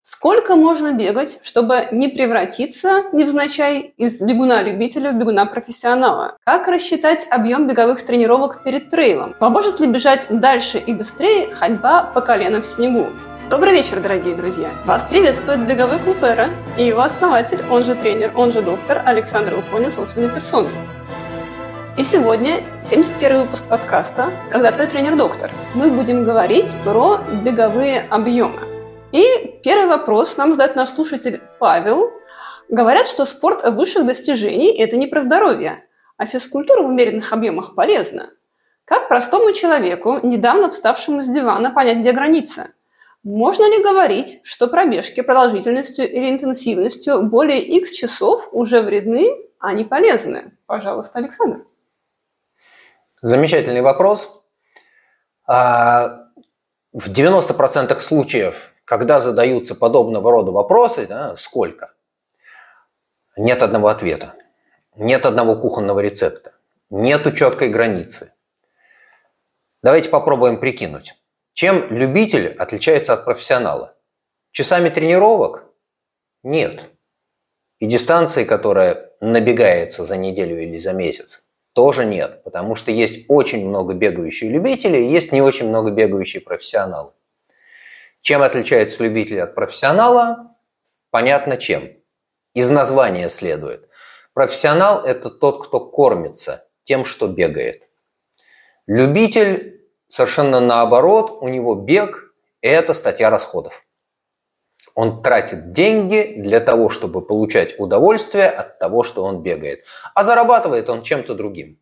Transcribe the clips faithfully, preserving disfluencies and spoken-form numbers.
Сколько можно бегать, чтобы не превратиться невзначай из бегуна-любителя в бегуна-профессионала? Как рассчитать объем беговых тренировок перед трейлом? Поможет ли бежать дальше и быстрее ходьба по колено в снегу? Добрый вечер, дорогие друзья! Вас приветствует беговой клуб «Эра» и его основатель, он же тренер, он же доктор Александр Луконин собственной персоной. И сегодня семьдесят первый выпуск подкаста «Когда твой тренер-доктор». Мы будем говорить про беговые объемы. И первый вопрос нам задает наш слушатель Павел. Говорят, что спорт высших достижений – это не про здоровье, а физкультура в умеренных объемах полезна. Как простому человеку, недавно вставшему с дивана, понять, где граница? Можно ли говорить, что пробежки продолжительностью или интенсивностью более X часов уже вредны, а не полезны? Пожалуйста, Александр. Замечательный вопрос. В девяноста процентах случаев, когда задаются подобного рода вопросы, да, сколько, нет одного ответа, нет одного кухонного рецепта, нету четкой границы. Давайте попробуем прикинуть. Чем любитель отличается от профессионала? Часами тренировок? Нет. И дистанции, которая набегается за неделю или за месяц, тоже нет. Потому что есть очень много бегающих любителей и есть не очень много бегающих профессионалов. Чем отличается любитель от профессионала? Понятно чем. Из названия следует. Профессионал – это тот, кто кормится тем, что бегает. Любитель совершенно наоборот, у него бег – это статья расходов. Он тратит деньги для того, чтобы получать удовольствие от того, что он бегает. А зарабатывает он чем-то другим.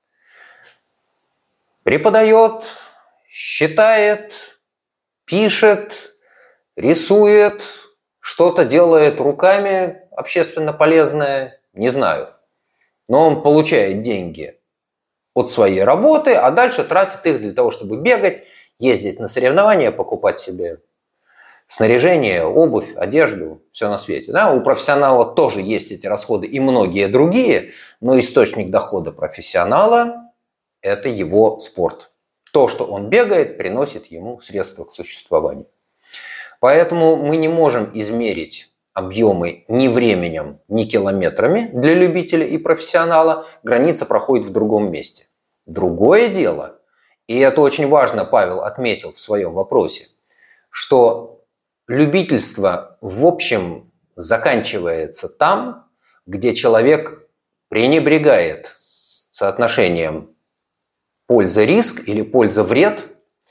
Преподает, считает, пишет, рисует, что-то делает руками общественно полезное, не знаю. Но он получает деньги от своей работы, а дальше тратит их для того, чтобы бегать, ездить на соревнования, покупать себе снаряжение, обувь, одежду, все на свете. Да? У профессионала тоже есть эти расходы и многие другие, но источник дохода профессионала – это его спорт. То, что он бегает, приносит ему средства к существованию. Поэтому мы не можем измерить объемы ни временем, ни километрами для любителя и профессионала. Граница проходит в другом месте. Другое дело, и это очень важно, Павел отметил в своем вопросе, что любительство в общем заканчивается там, где человек пренебрегает соотношением польза-риск или польза-вред,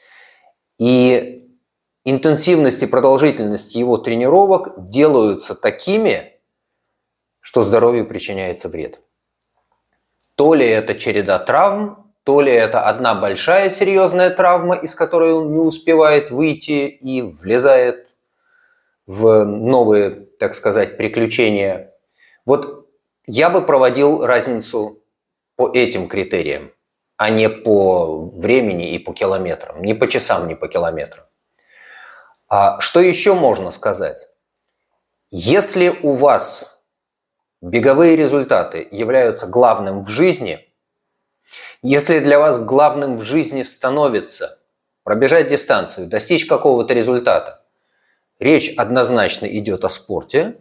и интенсивность и продолжительность его тренировок делаются такими, что здоровью причиняется вред. То ли это череда травм, то ли это одна большая серьезная травма, из которой он не успевает выйти и влезает в новые, так сказать, приключения. Вот я бы проводил разницу по этим критериям, а не по времени и по километрам, не по часам, не по километрам. А что еще можно сказать? Если у вас беговые результаты являются главным в жизни, если для вас главным в жизни становится пробежать дистанцию, достичь какого-то результата, речь однозначно идет о спорте,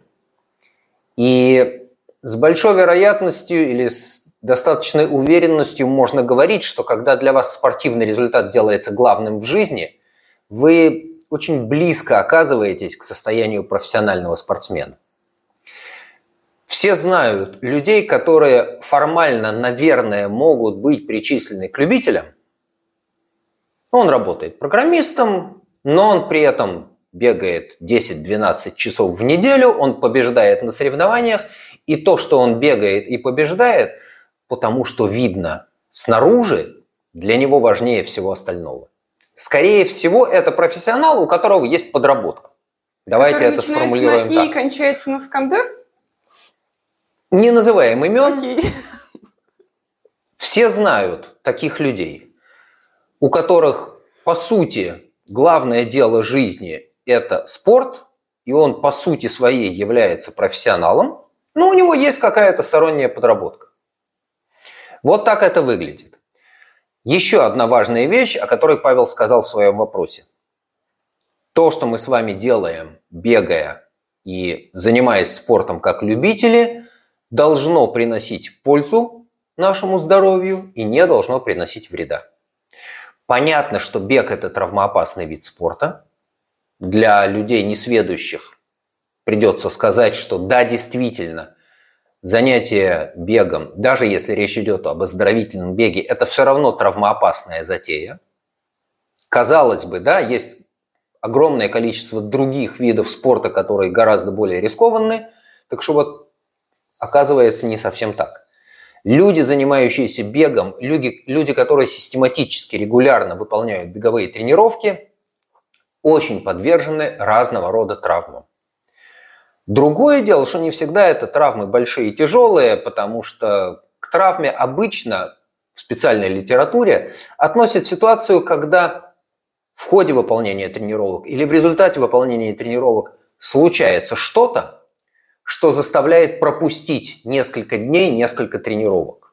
и с большой вероятностью или с достаточной уверенностью можно говорить, что когда для вас спортивный результат делается главным в жизни, вы очень близко оказываетесь к состоянию профессионального спортсмена. Все знают людей, которые формально, наверное, могут быть причислены к любителям. Он работает программистом, но он при этом бегает десять-двенадцать часов в неделю, он побеждает на соревнованиях, и то, что он бегает и побеждает, потому что видно снаружи, для него важнее всего остального. Скорее всего, это профессионал, у которого есть подработка. Давайте это сформулируем так. И кончается на Скандер? Не называем имен. Окей. Все знают таких людей, у которых, по сути, главное дело жизни – это спорт, и он, по сути своей, является профессионалом, но у него есть какая-то сторонняя подработка. Вот так это выглядит. Еще одна важная вещь, о которой Павел сказал в своем вопросе. То, что мы с вами делаем бегая и занимаясь спортом как любители, должно приносить пользу нашему здоровью и не должно приносить вреда. Понятно, что бег – это травмоопасный вид спорта. Для людей несведущих придется сказать, что да, действительно, занятие бегом, даже если речь идет об оздоровительном беге, это все равно травмоопасная затея. Казалось бы, да, есть огромное количество других видов спорта, которые гораздо более рискованны, так что вот оказывается не совсем так. Люди, занимающиеся бегом, люди, люди, которые систематически, регулярно выполняют беговые тренировки, очень подвержены разного рода травмам. Другое дело, что не всегда это травмы большие и тяжелые, потому что к травме обычно в специальной литературе относят ситуацию, когда в ходе выполнения тренировок или в результате выполнения тренировок случается что-то, что заставляет пропустить несколько дней, несколько тренировок.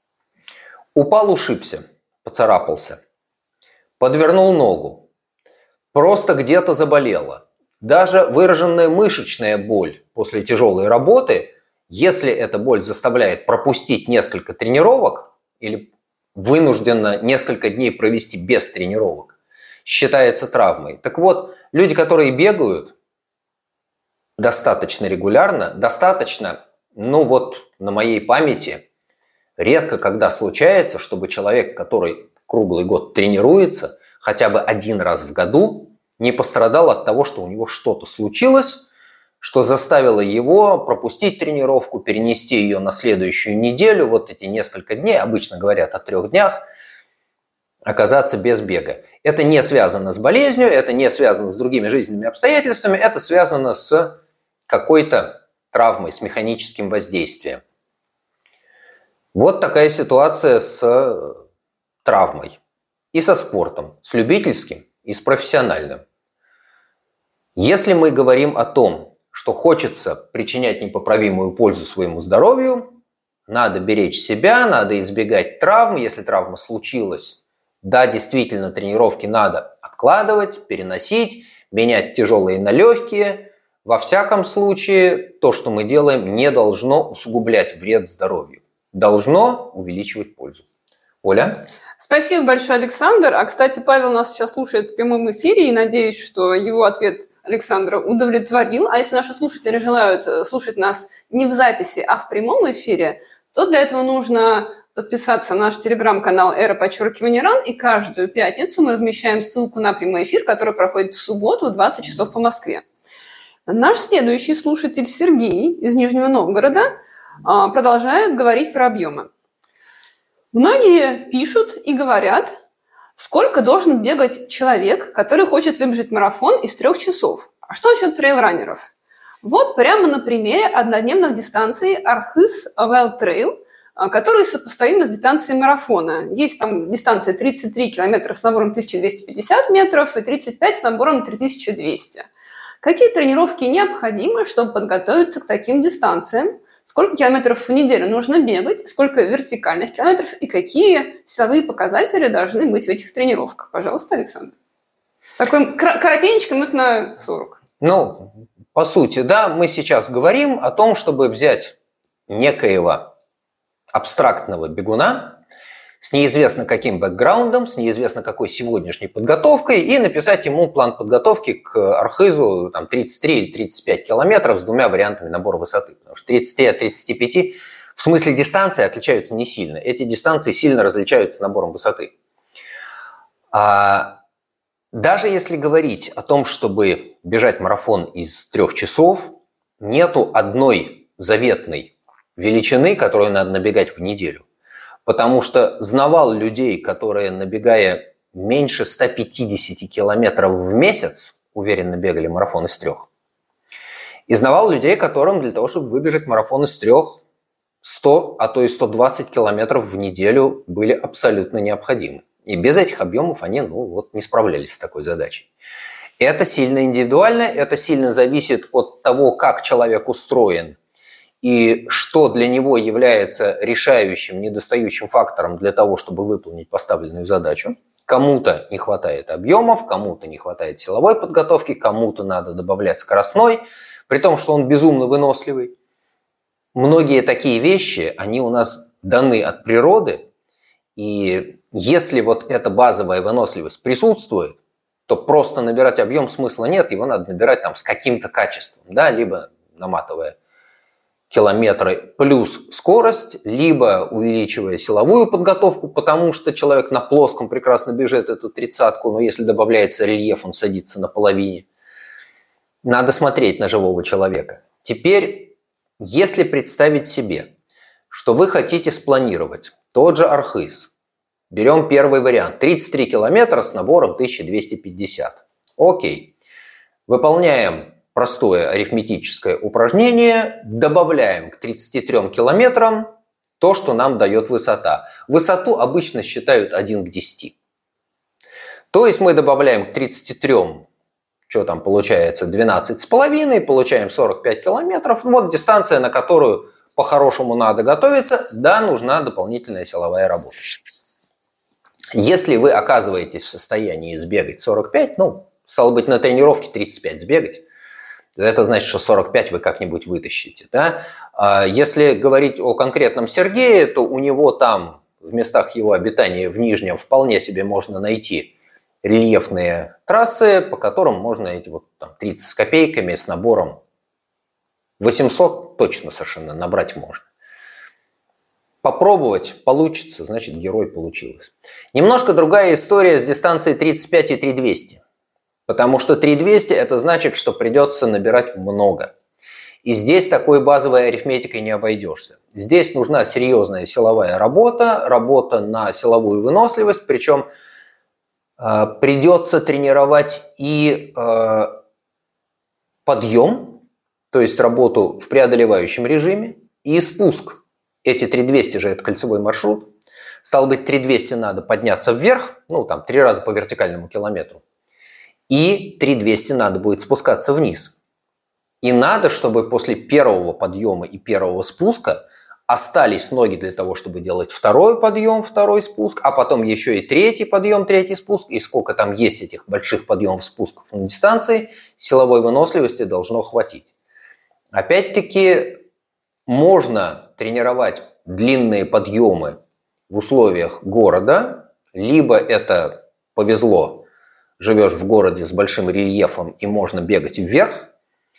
Упал, ушибся, поцарапался, подвернул ногу, просто где-то заболело. Даже выраженная мышечная боль после тяжелой работы, если эта боль заставляет пропустить несколько тренировок или вынужденно несколько дней провести без тренировок, считается травмой. Так вот, люди, которые бегают достаточно регулярно, достаточно, ну вот на моей памяти, редко когда случается, чтобы человек, который круглый год тренируется, хотя бы один раз в году не пострадал от того, что у него что-то случилось, что заставило его пропустить тренировку, перенести ее на следующую неделю, вот эти несколько дней, обычно говорят о трех днях, оказаться без бега. Это не связано с болезнью, это не связано с другими жизненными обстоятельствами, это связано с какой-то травмой, с механическим воздействием. Вот такая ситуация с травмой. И со спортом, с любительским и с профессиональным. Если мы говорим о том, что хочется причинять непоправимую пользу своему здоровью, надо беречь себя, надо избегать травм. Если травма случилась, да, действительно, тренировки надо откладывать, переносить, менять тяжелые на легкие. Во всяком случае, то, что мы делаем, не должно усугублять вред здоровью. Должно увеличивать пользу. Оля? Спасибо большое, Александр. А, кстати, Павел нас сейчас слушает в прямом эфире, и надеюсь, что его ответ Александра удовлетворил. А если наши слушатели желают слушать нас не в записи, а в прямом эфире, то для этого нужно подписаться на наш телеграм-канал «Эра подчеркивание РАН», и каждую пятницу мы размещаем ссылку на прямой эфир, который проходит в субботу в двадцать часов по Москве. Наш следующий слушатель Сергей из Нижнего Новгорода продолжает говорить про объемы. Многие пишут и говорят, сколько должен бегать человек, который хочет выбежать марафон из трех часов. А что насчет трейлранеров? Вот прямо на примере однодневных дистанций Архыз Wild Trail, которые сопоставимы с дистанцией марафона. Есть там дистанция тридцать три километра с набором тысяча двести пятьдесят метров и тридцать пять с набором три тысячи двести. Какие тренировки необходимы, чтобы подготовиться к таким дистанциям? Сколько километров в неделю нужно бегать? Сколько вертикальных километров? И какие силовые показатели должны быть в этих тренировках? Пожалуйста, Александр. Такой коротенечко, минут на сорок. Ну, по сути, да, мы сейчас говорим о том, чтобы взять некоего абстрактного бегуна с неизвестно каким бэкграундом, с неизвестно какой сегодняшней подготовкой и написать ему план подготовки к Архызу там, тридцать три или тридцать пять километров с двумя вариантами набора высоты. Потому что тридцать три от тридцати пяти в смысле дистанции отличаются не сильно. Эти дистанции сильно различаются набором высоты. А даже если говорить о том, чтобы бежать марафон из трех часов, нету одной заветной величины, которую надо набегать в неделю. Потому что знавал людей, которые, набегая меньше ста пятидесяти километров в месяц, уверенно бегали марафон из трех. И знавал людей, которым для того, чтобы выбежать марафон из трех, сто, а то и сто двадцать километров в неделю были абсолютно необходимы. И без этих объемов они ну, вот, не справлялись с такой задачей. Это сильно индивидуально, это сильно зависит от того, как человек устроен, и что для него является решающим, недостающим фактором для того, чтобы выполнить поставленную задачу. кому-то не хватает объемов, кому-то не хватает силовой подготовки, кому-то надо добавлять скоростной, при том, что он безумно выносливый. Многие такие вещи, они у нас даны от природы, и если вот эта базовая выносливость присутствует, то просто набирать объем смысла нет, его надо набирать там с каким-то качеством, да, либо наматывая километры плюс скорость, либо увеличивая силовую подготовку, потому что человек на плоском прекрасно бежит эту тридцатку, но если добавляется рельеф, он садится на половине. Надо смотреть на живого человека. Теперь, если представить себе, что вы хотите спланировать тот же Архыз, берем первый вариант, тридцать три километра с набором тысяча двести пятьдесят. Окей. Выполняем простое арифметическое упражнение, добавляем к тридцати трём километрам то, что нам дает высота. Высоту обычно считают один к десяти. То есть мы добавляем к тридцати трём, что там получается, двенадцать с половиной, получаем сорок пять километров. Вот дистанция, на которую по-хорошему надо готовиться. Да, нужна дополнительная силовая работа. Если вы оказываетесь в состоянии сбегать сорок пять, ну, стало быть, на тренировке тридцать пять сбегать, это значит, что сорок пять вы как-нибудь вытащите. Да? Если говорить о конкретном Сергее, то у него там, в местах его обитания в Нижнем, вполне себе можно найти рельефные трассы, по которым можно эти вот там тридцать с копейками с набором восемьсот точно совершенно набрать можно. Попробовать получится, значит, герой получилось. Немножко другая история с дистанцией тридцать пять и три тысячи двести. Потому что три тысячи двести это значит, что придется набирать много. И здесь такой базовой арифметикой не обойдешься. Здесь нужна серьезная силовая работа, работа на силовую выносливость, причем э, придется тренировать и э, подъем, то есть работу в преодолевающем режиме, и спуск. Эти три тысячи двести же это кольцевой маршрут. Стало быть, три тысячи двести надо подняться вверх, ну там три раза по вертикальному километру. И три тысячи двести надо будет спускаться вниз. И надо, чтобы после первого подъема и первого спуска остались ноги для того, чтобы делать второй подъем, второй спуск, а потом еще и третий подъем, третий спуск. И сколько там есть этих больших подъемов, спусков на дистанции, силовой выносливости должно хватить. Опять-таки, можно тренировать длинные подъемы в условиях города, либо это повезло, живешь в городе с большим рельефом и можно бегать вверх,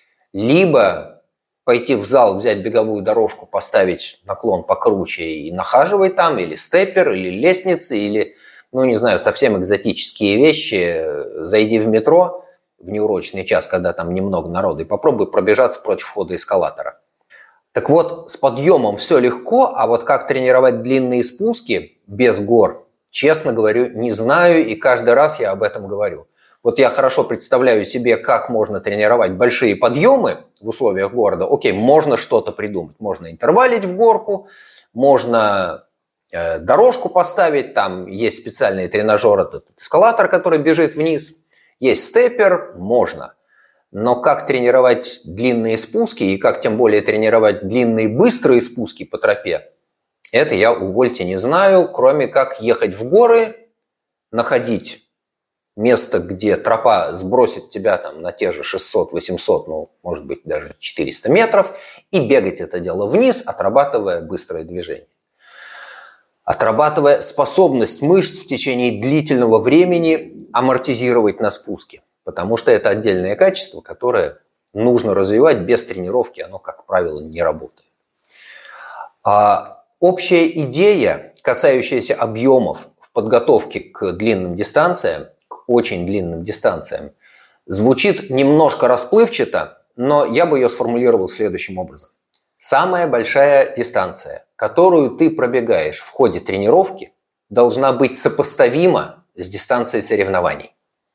либо пойти в зал, взять беговую дорожку, поставить наклон покруче и нахаживать там, или степпер, или лестницы, или, ну не знаю, совсем экзотические вещи. Зайди в метро в неурочный час, когда там немного народу, и попробуй пробежаться против входа эскалатора. Так вот, с подъемом все легко, а вот как тренировать длинные спуски без гор, честно говорю, не знаю, и каждый раз я об этом говорю. Вот я хорошо представляю себе, как можно тренировать большие подъемы в условиях города. Окей, можно что-то придумать. Можно интервалить в горку, можно э, дорожку поставить, там есть специальный тренажер, этот эскалатор, который бежит вниз. Есть степпер, можно. Но как тренировать длинные спуски и как тем более тренировать длинные быстрые спуски по тропе, это я, увольте, не знаю, кроме как ехать в горы, находить место, где тропа сбросит тебя там на те же шестьсот-восемьсот, ну, может быть, даже четыреста метров, и бегать это дело вниз, отрабатывая быстрое движение. Отрабатывая способность мышц в течение длительного времени амортизировать на спуске. Потому что это отдельное качество, которое нужно развивать без тренировки, оно, как правило, не работает. А общая идея, касающаяся объемов в подготовке к длинным дистанциям, к очень длинным дистанциям, звучит немножко расплывчато, но я бы ее сформулировал следующим образом. Самая большая дистанция, которую ты пробегаешь в ходе тренировки, должна быть сопоставима с дистанцией соревнований.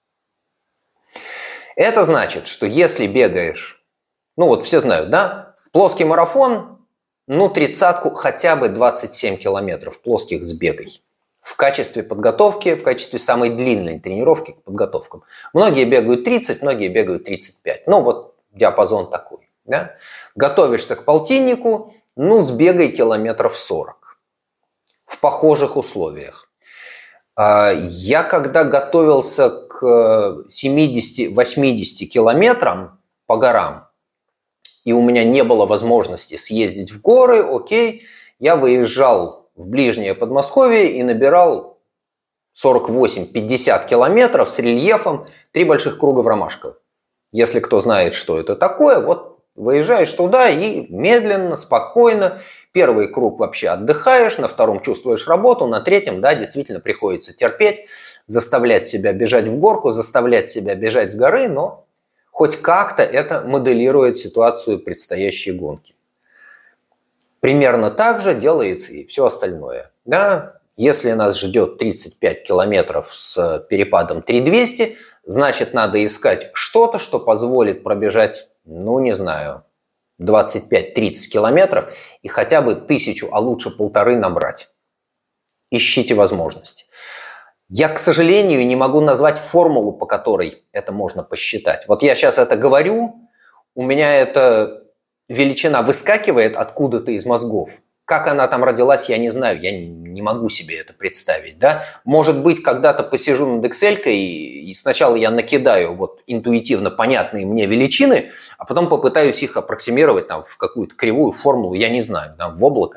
Это значит, что если бегаешь, ну вот все знают, да, в плоский марафон, ну тридцатку, хотя бы двадцать семь километров плоских сбегай. В качестве подготовки, в качестве самой длинной тренировки к подготовкам. Многие бегают тридцать, многие бегают тридцать пять. Ну вот диапазон такой. Да? Готовишься к полтиннику, ну сбегай километров сорок. В похожих условиях. Я когда готовился к семидесяти-восьмидесяти километрам по горам, и у меня не было возможности съездить в горы, окей, я выезжал в ближнее Подмосковье и набирал сорок восемь - пятьдесят километров с рельефом три больших круга в Ромашково. Если кто знает, что это такое, вот выезжаешь туда и медленно, спокойно. Первый круг вообще отдыхаешь, на втором чувствуешь работу, на третьем, да, действительно приходится терпеть, заставлять себя бежать в горку, заставлять себя бежать с горы, но хоть как-то это моделирует ситуацию предстоящей гонки. Примерно так же делается и все остальное. Да? Если нас ждет тридцать пять километров с перепадом три тысячи двести, значит, надо искать что-то, что позволит пробежать, ну, не знаю, двадцать пять - тридцать километров и хотя бы тысячу, а лучше полторы набрать. Ищите возможности. Я, к сожалению, не могу назвать формулу, по которой это можно посчитать. Вот я сейчас это говорю, у меня эта величина выскакивает откуда-то из мозгов. Как она там родилась, я не знаю, я не могу себе это представить. Да? Может быть, когда-то посижу над Excel-кой, и сначала я накидаю вот интуитивно понятные мне величины, а потом попытаюсь их аппроксимировать там, в какую-то кривую формулу, я не знаю, там, в облако.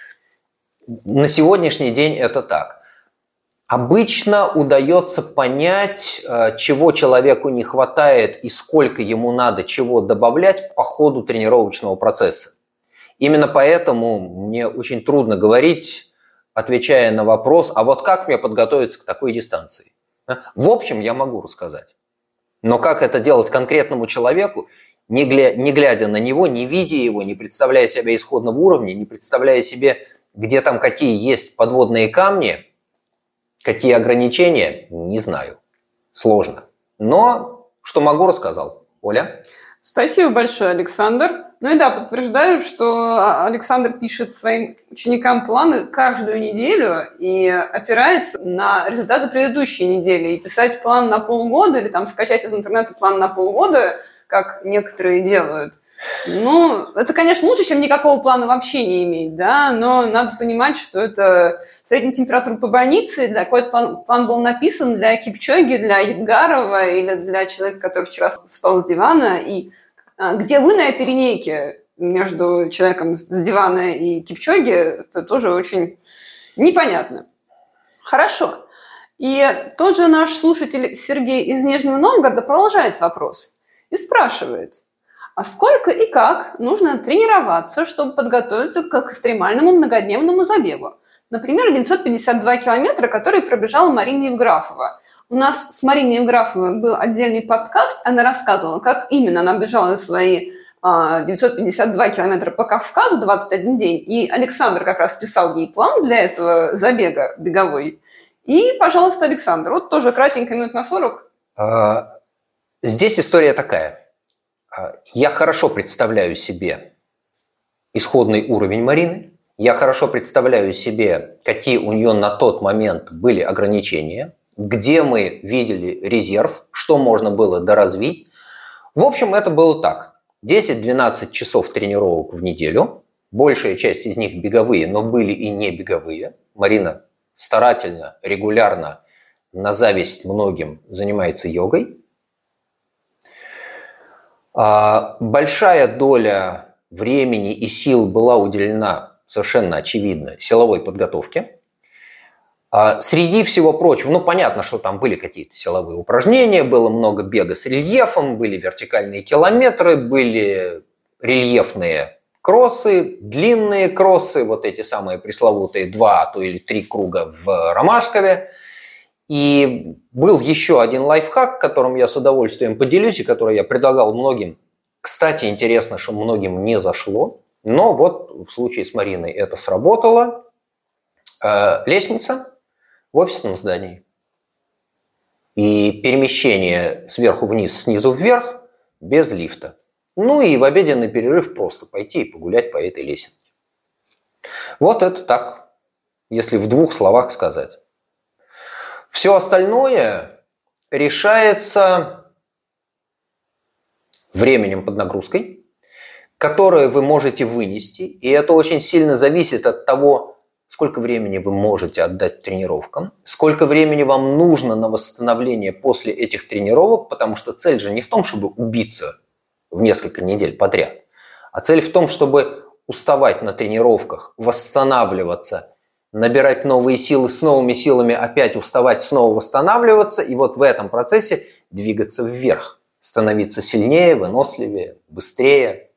На сегодняшний день это так. Обычно удается понять, чего человеку не хватает и сколько ему надо чего добавлять по ходу тренировочного процесса. Именно поэтому мне очень трудно говорить, отвечая на вопрос, а вот как мне подготовиться к такой дистанции? В общем, я могу рассказать. Но как это делать конкретному человеку, не глядя на него, не видя его, не представляя себя исходного уровня, не представляя себе, где там какие есть подводные камни, какие ограничения, не знаю. Сложно. Но что могу, рассказал. Оля? Спасибо большое, Александр. Ну и да, подтверждаю, что Александр пишет своим ученикам планы каждую неделю и опирается на результаты предыдущей недели. И писать план на полгода или там скачать из интернета план на полгода, как некоторые делают, ну, это, конечно, лучше, чем никакого плана вообще не иметь, да, но надо понимать, что это средняя температура по больнице, для какой-то план, план был написан для Кипчоги, для Едгарова или для человека, который вчера встал с дивана, и где вы на этой линейке между человеком с дивана и Кипчоги, это тоже очень непонятно. Хорошо. И тот же наш слушатель Сергей из Нижнего Новгорода продолжает вопрос и спрашивает, а сколько и как нужно тренироваться, чтобы подготовиться к экстремальному многодневному забегу? Например, девятьсот пятьдесят два километра, который пробежала Марина Евграфова. У нас с Мариной Евграфовой был отдельный подкаст, она рассказывала, как именно она бежала свои девятьсот пятьдесят два километра по Кавказу, двадцать один день, и Александр как раз писал ей план для этого забега беговой. И, пожалуйста, Александр, вот тоже кратенько, минут на сорок. Здесь история такая. Я хорошо представляю себе исходный уровень Марины. Я хорошо представляю себе, какие у нее на тот момент были ограничения, где мы видели резерв, что можно было доразвить. В общем, это было так. десять-двенадцать часов тренировок в неделю. Большая часть из них беговые, но были и не беговые. Марина старательно, регулярно, на зависть многим, занимается йогой. Большая доля времени и сил была уделена, совершенно очевидно, силовой подготовке. Среди всего прочего, ну понятно, что там были какие-то силовые упражнения, было много бега с рельефом, были вертикальные километры, были рельефные кроссы, длинные кроссы, вот эти самые пресловутые два, а то или три круга в Ромашкове. И был еще один лайфхак, которым я с удовольствием поделюсь, и который я предлагал многим. Кстати, интересно, что многим не зашло, но вот в случае с Мариной это сработало. Лестница в офисном здании и перемещение сверху вниз, снизу вверх без лифта. Ну и в обеденный перерыв просто пойти и погулять по этой лестнице. Вот это так, если в двух словах сказать. Все остальное решается временем под нагрузкой, которое вы можете вынести, и это очень сильно зависит от того, сколько времени вы можете отдать тренировкам, сколько времени вам нужно на восстановление после этих тренировок, потому что цель же не в том, чтобы убиться в несколько недель подряд, а цель в том, чтобы уставать на тренировках, восстанавливаться, набирать новые силы, с новыми силами опять уставать, снова восстанавливаться, и вот в этом процессе двигаться вверх, становиться сильнее, выносливее, быстрее.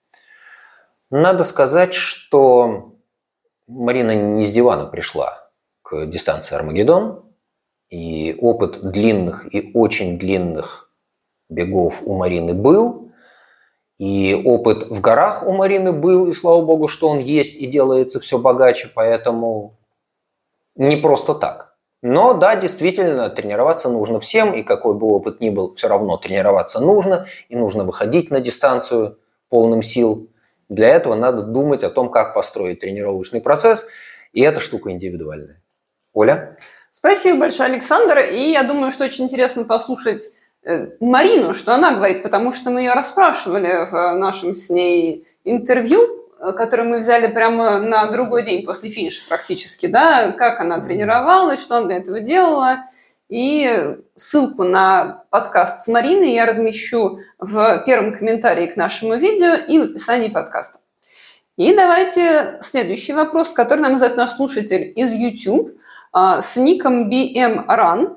Надо сказать, что Марина не с дивана пришла к дистанции Армагеддон, и опыт длинных и очень длинных бегов у Марины был, и опыт в горах у Марины был, и слава богу, что он есть и делается все богаче, поэтому не просто так. Но да, действительно, тренироваться нужно всем, и какой бы опыт ни был, все равно тренироваться нужно, и нужно выходить на дистанцию полным сил. Для этого надо думать о том, как построить тренировочный процесс, и эта штука индивидуальная. Оля? Спасибо большое, Александр. И я думаю, что очень интересно послушать Марину, что она говорит, потому что мы ее расспрашивали в нашем с ней интервью, которое мы взяли прямо на другой день после финиша практически, да, как она тренировалась, что она для этого делала. И ссылку на подкаст с Мариной я размещу в первом комментарии к нашему видео и в описании подкаста. И давайте следующий вопрос, который нам задает наш слушатель из YouTube с ником би эм ран.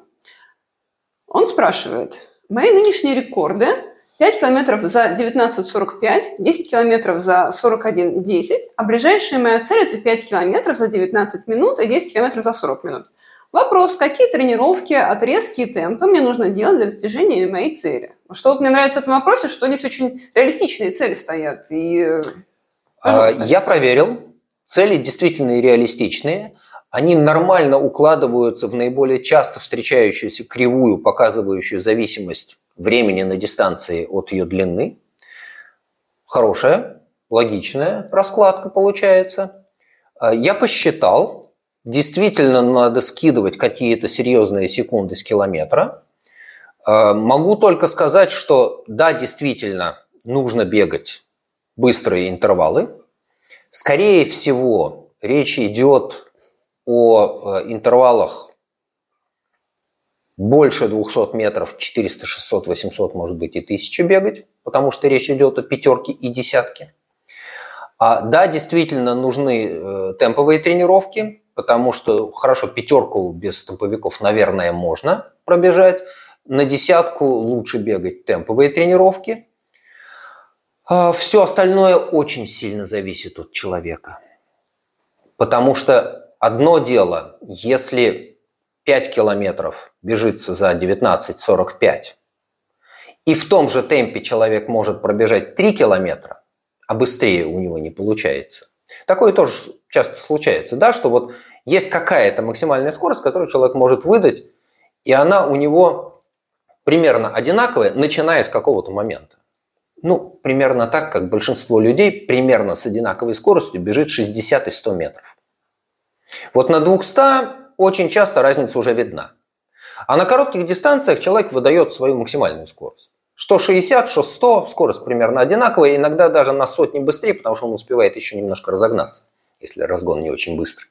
Он спрашивает: мои нынешние рекорды пять километров за девятнадцать сорок пять, десять километров за сорок один десять, а ближайшая моя цель – это пять километров за девятнадцать минут и десять километров за сорок минут. Вопрос: какие тренировки, отрезки и темпы мне нужно делать для достижения моей цели? Что вот мне нравится в этом вопросе, что здесь очень реалистичные цели стоят. И, я проверил. Цели действительно реалистичные. Они нормально укладываются в наиболее часто встречающуюся кривую, показывающую зависимость времени на дистанции от ее длины. Хорошая, логичная раскладка получается. Я посчитал. Действительно надо скидывать какие-то серьезные секунды с километра. Могу только сказать, что да, действительно нужно бегать быстрые интервалы. Скорее всего, речь идет о интервалах больше двухсот метров, четыреста, шестьсот, восемьсот, может быть и тысяча бегать, потому что речь идет о пятерке и десятке. А да, действительно нужны темповые тренировки, потому что хорошо, пятерку без темповиков, наверное, можно пробежать. На десятку лучше бегать темповые тренировки. Все остальное очень сильно зависит от человека. Потому что одно дело, если пять километров бежится за девятнадцать сорок пять, и в том же темпе человек может пробежать три километра, а быстрее у него не получается. Такое тоже часто случается, да, что вот есть какая-то максимальная скорость, которую человек может выдать, и она у него примерно одинаковая, начиная с какого-то момента. Ну, примерно так, как большинство людей примерно с одинаковой скоростью бежит шестьдесят и сто метров. Вот на двухстах очень часто разница уже видна. А на коротких дистанциях человек выдает свою максимальную скорость. Что шестьдесят, что сто, скорость примерно одинаковая, иногда даже на сотни быстрее, потому что он успевает еще немножко разогнаться, если разгон не очень быстрый.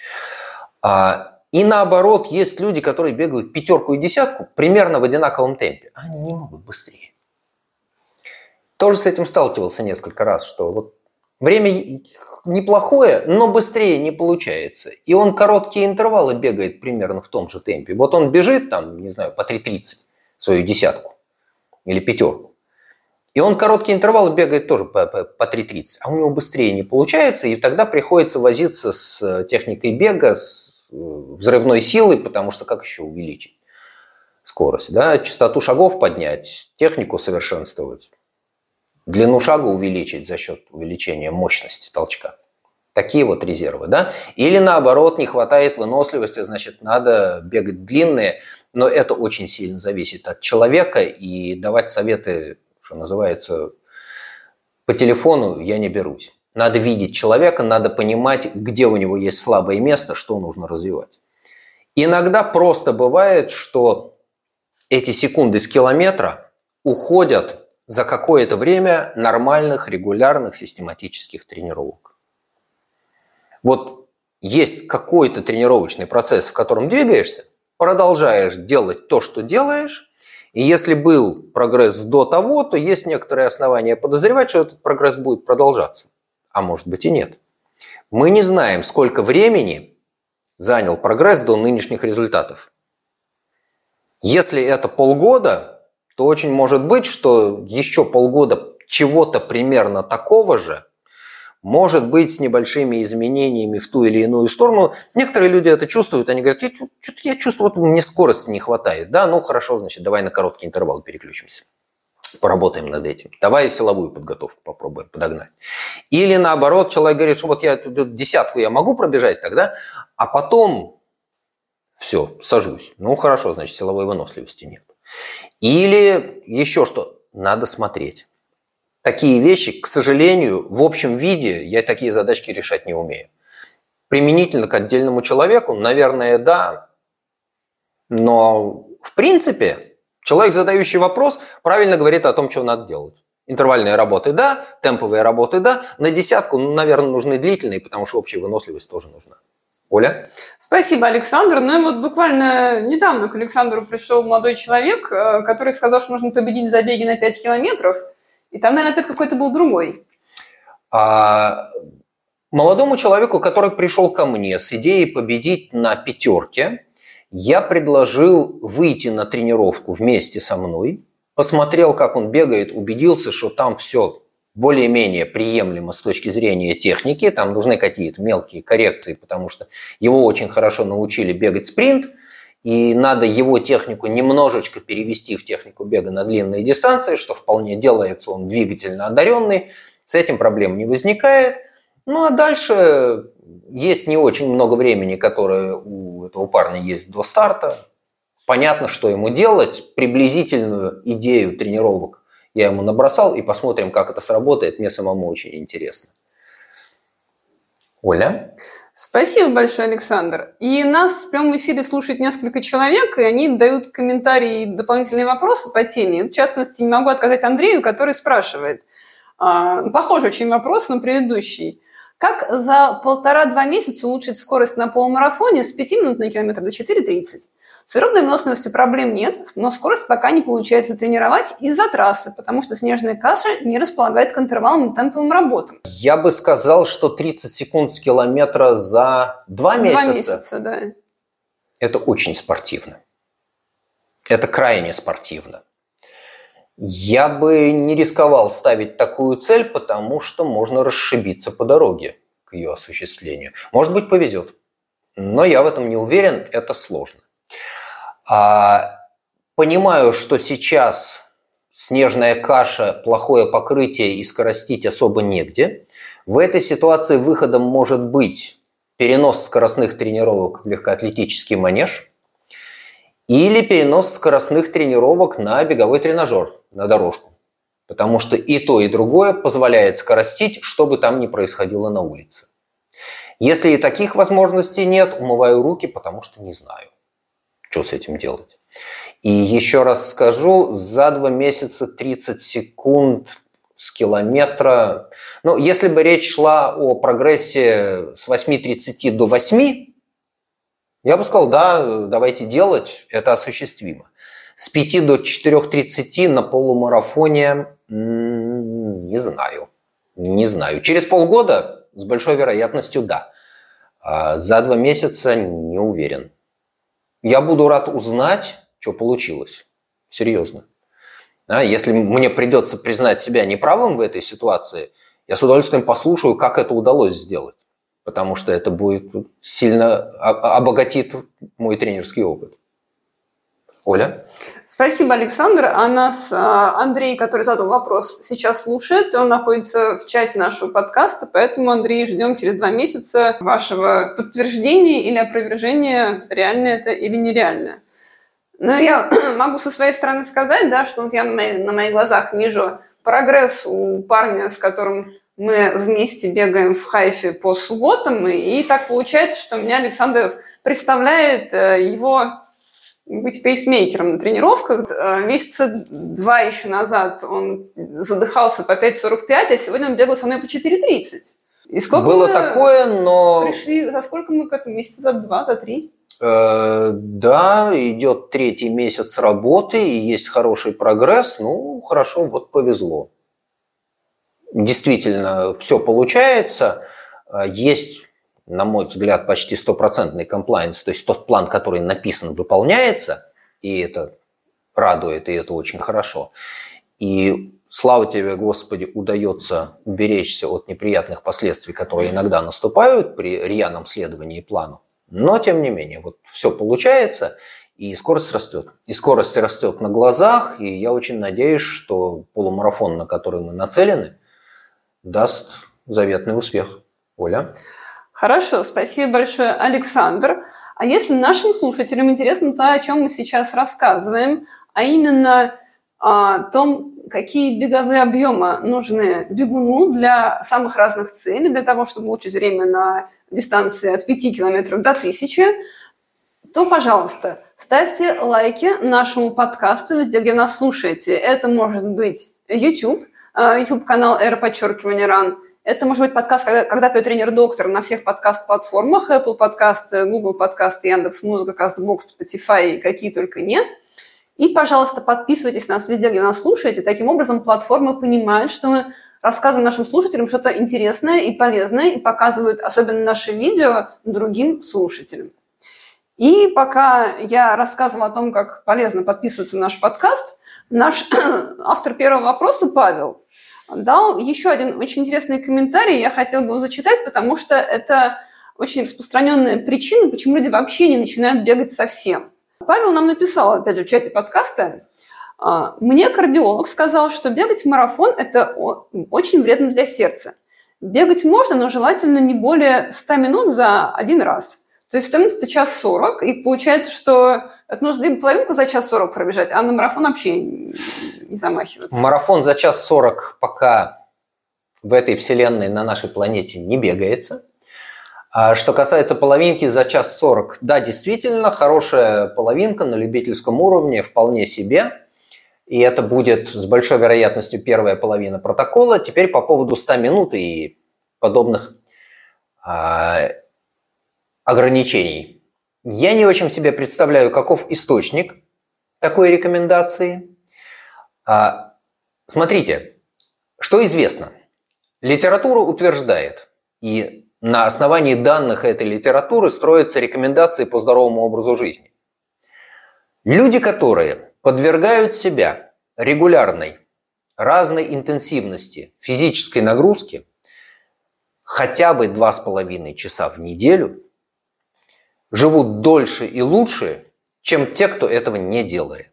И наоборот, есть люди, которые бегают пятерку и десятку примерно в одинаковом темпе. Они не могут быстрее. Тоже с этим сталкивался несколько раз, что вот время неплохое, но быстрее не получается. И он короткие интервалы бегает примерно в том же темпе. Вот он бежит там, не знаю, по три тридцать свою десятку или пятерку. И он короткие интервалы бегает тоже по, по, по три тридцать, а у него быстрее не получается, и тогда приходится возиться с техникой бега, с взрывной силой, потому что как еще увеличить скорость? Да? Частоту шагов поднять, технику совершенствовать, длину шага увеличить за счет увеличения мощности толчка. Такие вот резервы. Да? Или наоборот, не хватает выносливости, значит, надо бегать длинные, но это очень сильно зависит от человека, и давать советы, что называется, по телефону я не берусь. Надо видеть человека, надо понимать, где у него есть слабое место, что нужно развивать. Иногда просто бывает, что эти секунды с километра уходят за какое-то время нормальных, регулярных, систематических тренировок. Вот есть какой-то тренировочный процесс, в котором двигаешься, продолжаешь делать то, что делаешь, и если был прогресс до того, то есть некоторые основания подозревать, что этот прогресс будет продолжаться. А может быть и нет. Мы не знаем, сколько времени занял прогресс до нынешних результатов. Если это полгода, то очень может быть, что еще полгода чего-то примерно такого же может быть с небольшими изменениями в ту или иную сторону. Некоторые люди это чувствуют, они говорят, я, я чувствую, вот мне скорости не хватает. Да, ну хорошо, значит, давай на короткий интервал переключимся. Поработаем над этим. Давай силовую подготовку попробуем подогнать. Или наоборот, человек говорит, что вот я десятку я могу пробежать тогда, а потом все, сажусь. Ну хорошо, значит, силовой выносливости нет. Или еще что, надо смотреть. Такие вещи, к сожалению, в общем виде я такие задачки решать не умею. Применительно к отдельному человеку, наверное, да. Но в принципе человек, задающий вопрос, правильно говорит о том, что надо делать. Интервальные работы – да, темповые работы – да. На десятку, ну, наверное, нужны длительные, потому что общая выносливость тоже нужна. Оля? Спасибо, Александр. Ну и вот буквально недавно к Александру пришел молодой человек, который сказал, что нужно победить в забеге на пять километров. И там, наверное, ответ какой-то был другой. А молодому человеку, который пришел ко мне с идеей победить на пятерке, я предложил выйти на тренировку вместе со мной, посмотрел, как он бегает, убедился, что там все более-менее приемлемо с точки зрения техники, там нужны какие-то мелкие коррекции, потому что его очень хорошо научили бегать спринт, и надо его технику немножечко перевести в технику бега на длинные дистанции, что вполне делается, он двигательно одаренный, с этим проблем не возникает. Ну а дальше есть не очень много времени, которое у этого парня есть до старта. Понятно, что ему делать, приблизительную идею тренировок я ему набросал, и посмотрим, как это сработает, мне самому очень интересно. Оля? Спасибо большое, Александр. И нас в прямом эфире слушает несколько человек, и они дают комментарии и дополнительные вопросы по теме. В частности, не могу отказать Андрею, который спрашивает. Похожий очень вопрос на предыдущий. Как за полтора-два месяца улучшить скорость на полумарафоне с пяти минут на километр до четыре тридцать? С аэробной выносливостью проблем нет, но скорость пока не получается тренировать из-за трассы, потому что снежная каша не располагает к интервалам и темповым работам. Я бы сказал, что тридцать секунд с километра за два месяца. Два месяца, да. Это очень спортивно. Это крайне спортивно. Я бы не рисковал ставить такую цель, потому что можно расшибиться по дороге к ее осуществлению. Может быть, повезет, но я в этом не уверен, это сложно. А, понимаю, что сейчас снежная каша, плохое покрытие и скоростить особо негде. В этой ситуации выходом может быть перенос скоростных тренировок в легкоатлетический манеж или перенос скоростных тренировок на беговой тренажер, на дорожку. Потому что и то, и другое позволяет скоростить, что бы там ни происходило на улице. Если и таких возможностей нет, умываю руки, потому что не знаю, что с этим делать. И еще раз скажу, за два месяца тридцать секунд с километра. Ну, если бы речь шла о прогрессе с восьми тридцати до восьми, я бы сказал, да, давайте делать, это осуществимо. С пяти до четырёх тридцати на полумарафоне не знаю. Не знаю. Через полгода с большой вероятностью да. А за два месяца не уверен. Я буду рад узнать, что получилось. Серьезно. А если мне придется признать себя неправым в этой ситуации, я с удовольствием послушаю, как это удалось сделать. Потому что это будет сильно обогатит мой тренерский опыт. Оля? Спасибо, Александр. А нас Андрей, который задал вопрос, сейчас слушает. Он находится в чате нашего подкаста, поэтому, Андрей, ждем через два месяца вашего подтверждения или опровержения, реально это или нереально. Но я могу со своей стороны сказать, да, что вот я на, мои, на моих глазах вижу прогресс у парня, с которым мы вместе бегаем в Хайфе по субботам, и, и так получается, что меня Александр представляет его быть пейсмейкером на тренировках. Месяца два еще назад он задыхался по пять сорок пять, а сегодня он бегал со мной по четыре тридцать. И сколько Было мы такое, но... пришли, за сколько мы к этому? Месяца за два, за три? Э, да, идет третий месяц работы, и есть хороший прогресс. Ну, хорошо, вот повезло. Действительно, все получается. Есть, на мой взгляд, почти стопроцентный комплайенс, то есть тот план, который написан, выполняется, и это радует, и это очень хорошо. И слава тебе, Господи, удается уберечься от неприятных последствий, которые иногда наступают при рьяном следовании плану. Но, тем не менее, вот все получается, и скорость растет. И скорость растет на глазах, и я очень надеюсь, что полумарафон, на который мы нацелены, даст заветный успех. Оля? Хорошо, спасибо большое, Александр. А если нашим слушателям интересно то, о чем мы сейчас рассказываем, а именно о том, какие беговые объемы нужны бегуну для самых разных целей, для того, чтобы улучшить время на дистанции от пяти километров до тысячи, то, пожалуйста, ставьте лайки нашему подкасту везде, где нас слушаете. Это может быть YouTube, YouTube-канал R подчеркивание Run. Это может быть подкаст «Когда, когда твой тренер-доктор» на всех подкаст-платформах: Apple подкасты, Google подкасты, Яндекс.Музыка, Castbox, Spotify и какие только не. И, пожалуйста, подписывайтесь на нас везде, где нас слушаете. Таким образом, платформы понимают, что мы рассказываем нашим слушателям что-то интересное и полезное, и показывают, особенно наши видео, другим слушателям. И пока я рассказывала о том, как полезно подписываться на наш подкаст, наш автор первого вопроса, Павел, дал еще один очень интересный комментарий. Я хотела бы его зачитать, потому что это очень распространенная причина, почему люди вообще не начинают бегать совсем. Павел нам написал, опять же, в чате подкаста: «Мне кардиолог сказал, что бегать марафон – это очень вредно для сердца. Бегать можно, но желательно не более ста минут за один раз». То есть сто минут – это час сорок, и получается, что это нужно либо половинку за час сорок пробежать, а на марафон вообще не замахиваться. Марафон за час сорок пока в этой вселенной на нашей планете не бегается. А что касается половинки за час сорок, да, действительно, хорошая половинка на любительском уровне вполне себе. И это будет с большой вероятностью первая половина протокола. Теперь по поводу ста минут и подобных а, ограничений. Я не очень себе представляю, каков источник такой рекомендации. А, смотрите, что известно. Литература утверждает, и на основании данных этой литературы строятся рекомендации по здоровому образу жизни. Люди, которые подвергают себя регулярной, разной интенсивности физической нагрузки хотя бы два с половиной часа в неделю, живут дольше и лучше, чем те, кто этого не делает.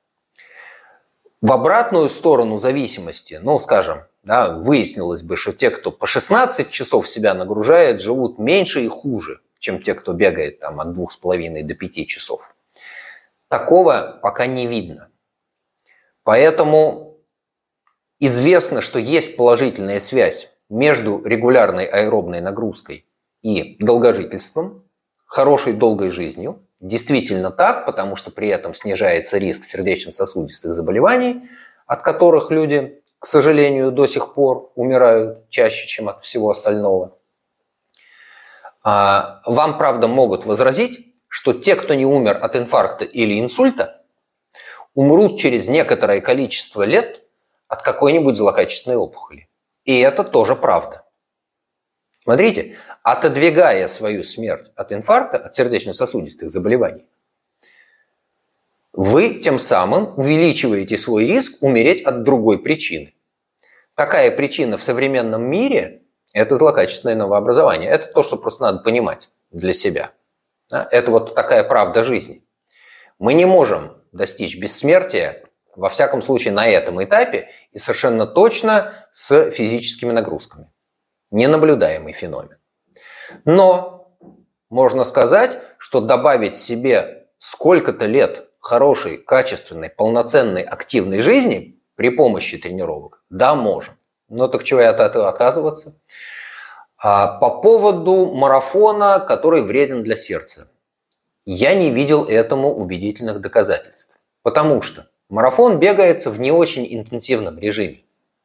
В обратную сторону зависимости, ну, скажем, да, выяснилось бы, что те, кто по шестнадцать часов себя нагружает, живут меньше и хуже, чем те, кто бегает там, от двух с половиной до пяти часов. Такого пока не видно. Поэтому известно, что есть положительная связь между регулярной аэробной нагрузкой и долгожительством, хорошей долгой жизнью. Действительно так, потому что при этом снижается риск сердечно-сосудистых заболеваний, от которых люди, к сожалению, до сих пор умирают чаще, чем от всего остального. Вам, правда, могут возразить, что те, кто не умер от инфаркта или инсульта, умрут через некоторое количество лет от какой-нибудь злокачественной опухоли. И это тоже правда. Смотрите, отодвигая свою смерть от инфаркта, от сердечно-сосудистых заболеваний, вы тем самым увеличиваете свой риск умереть от другой причины. Какая причина в современном мире – это злокачественное новообразование. Это то, что просто надо понимать для себя. Это вот такая правда жизни. Мы не можем достичь бессмертия, во всяком случае на этом этапе, и совершенно точно с физическими нагрузками. Ненаблюдаемый феномен. Но можно сказать, что добавить себе сколько-то лет хорошей, качественной, полноценной, активной жизни при помощи тренировок, да, можем. Но так чего от этого отказываться? А по поводу марафона, который вреден для сердца. Я не видел этому убедительных доказательств. Потому что марафон бегается в не очень интенсивном режиме.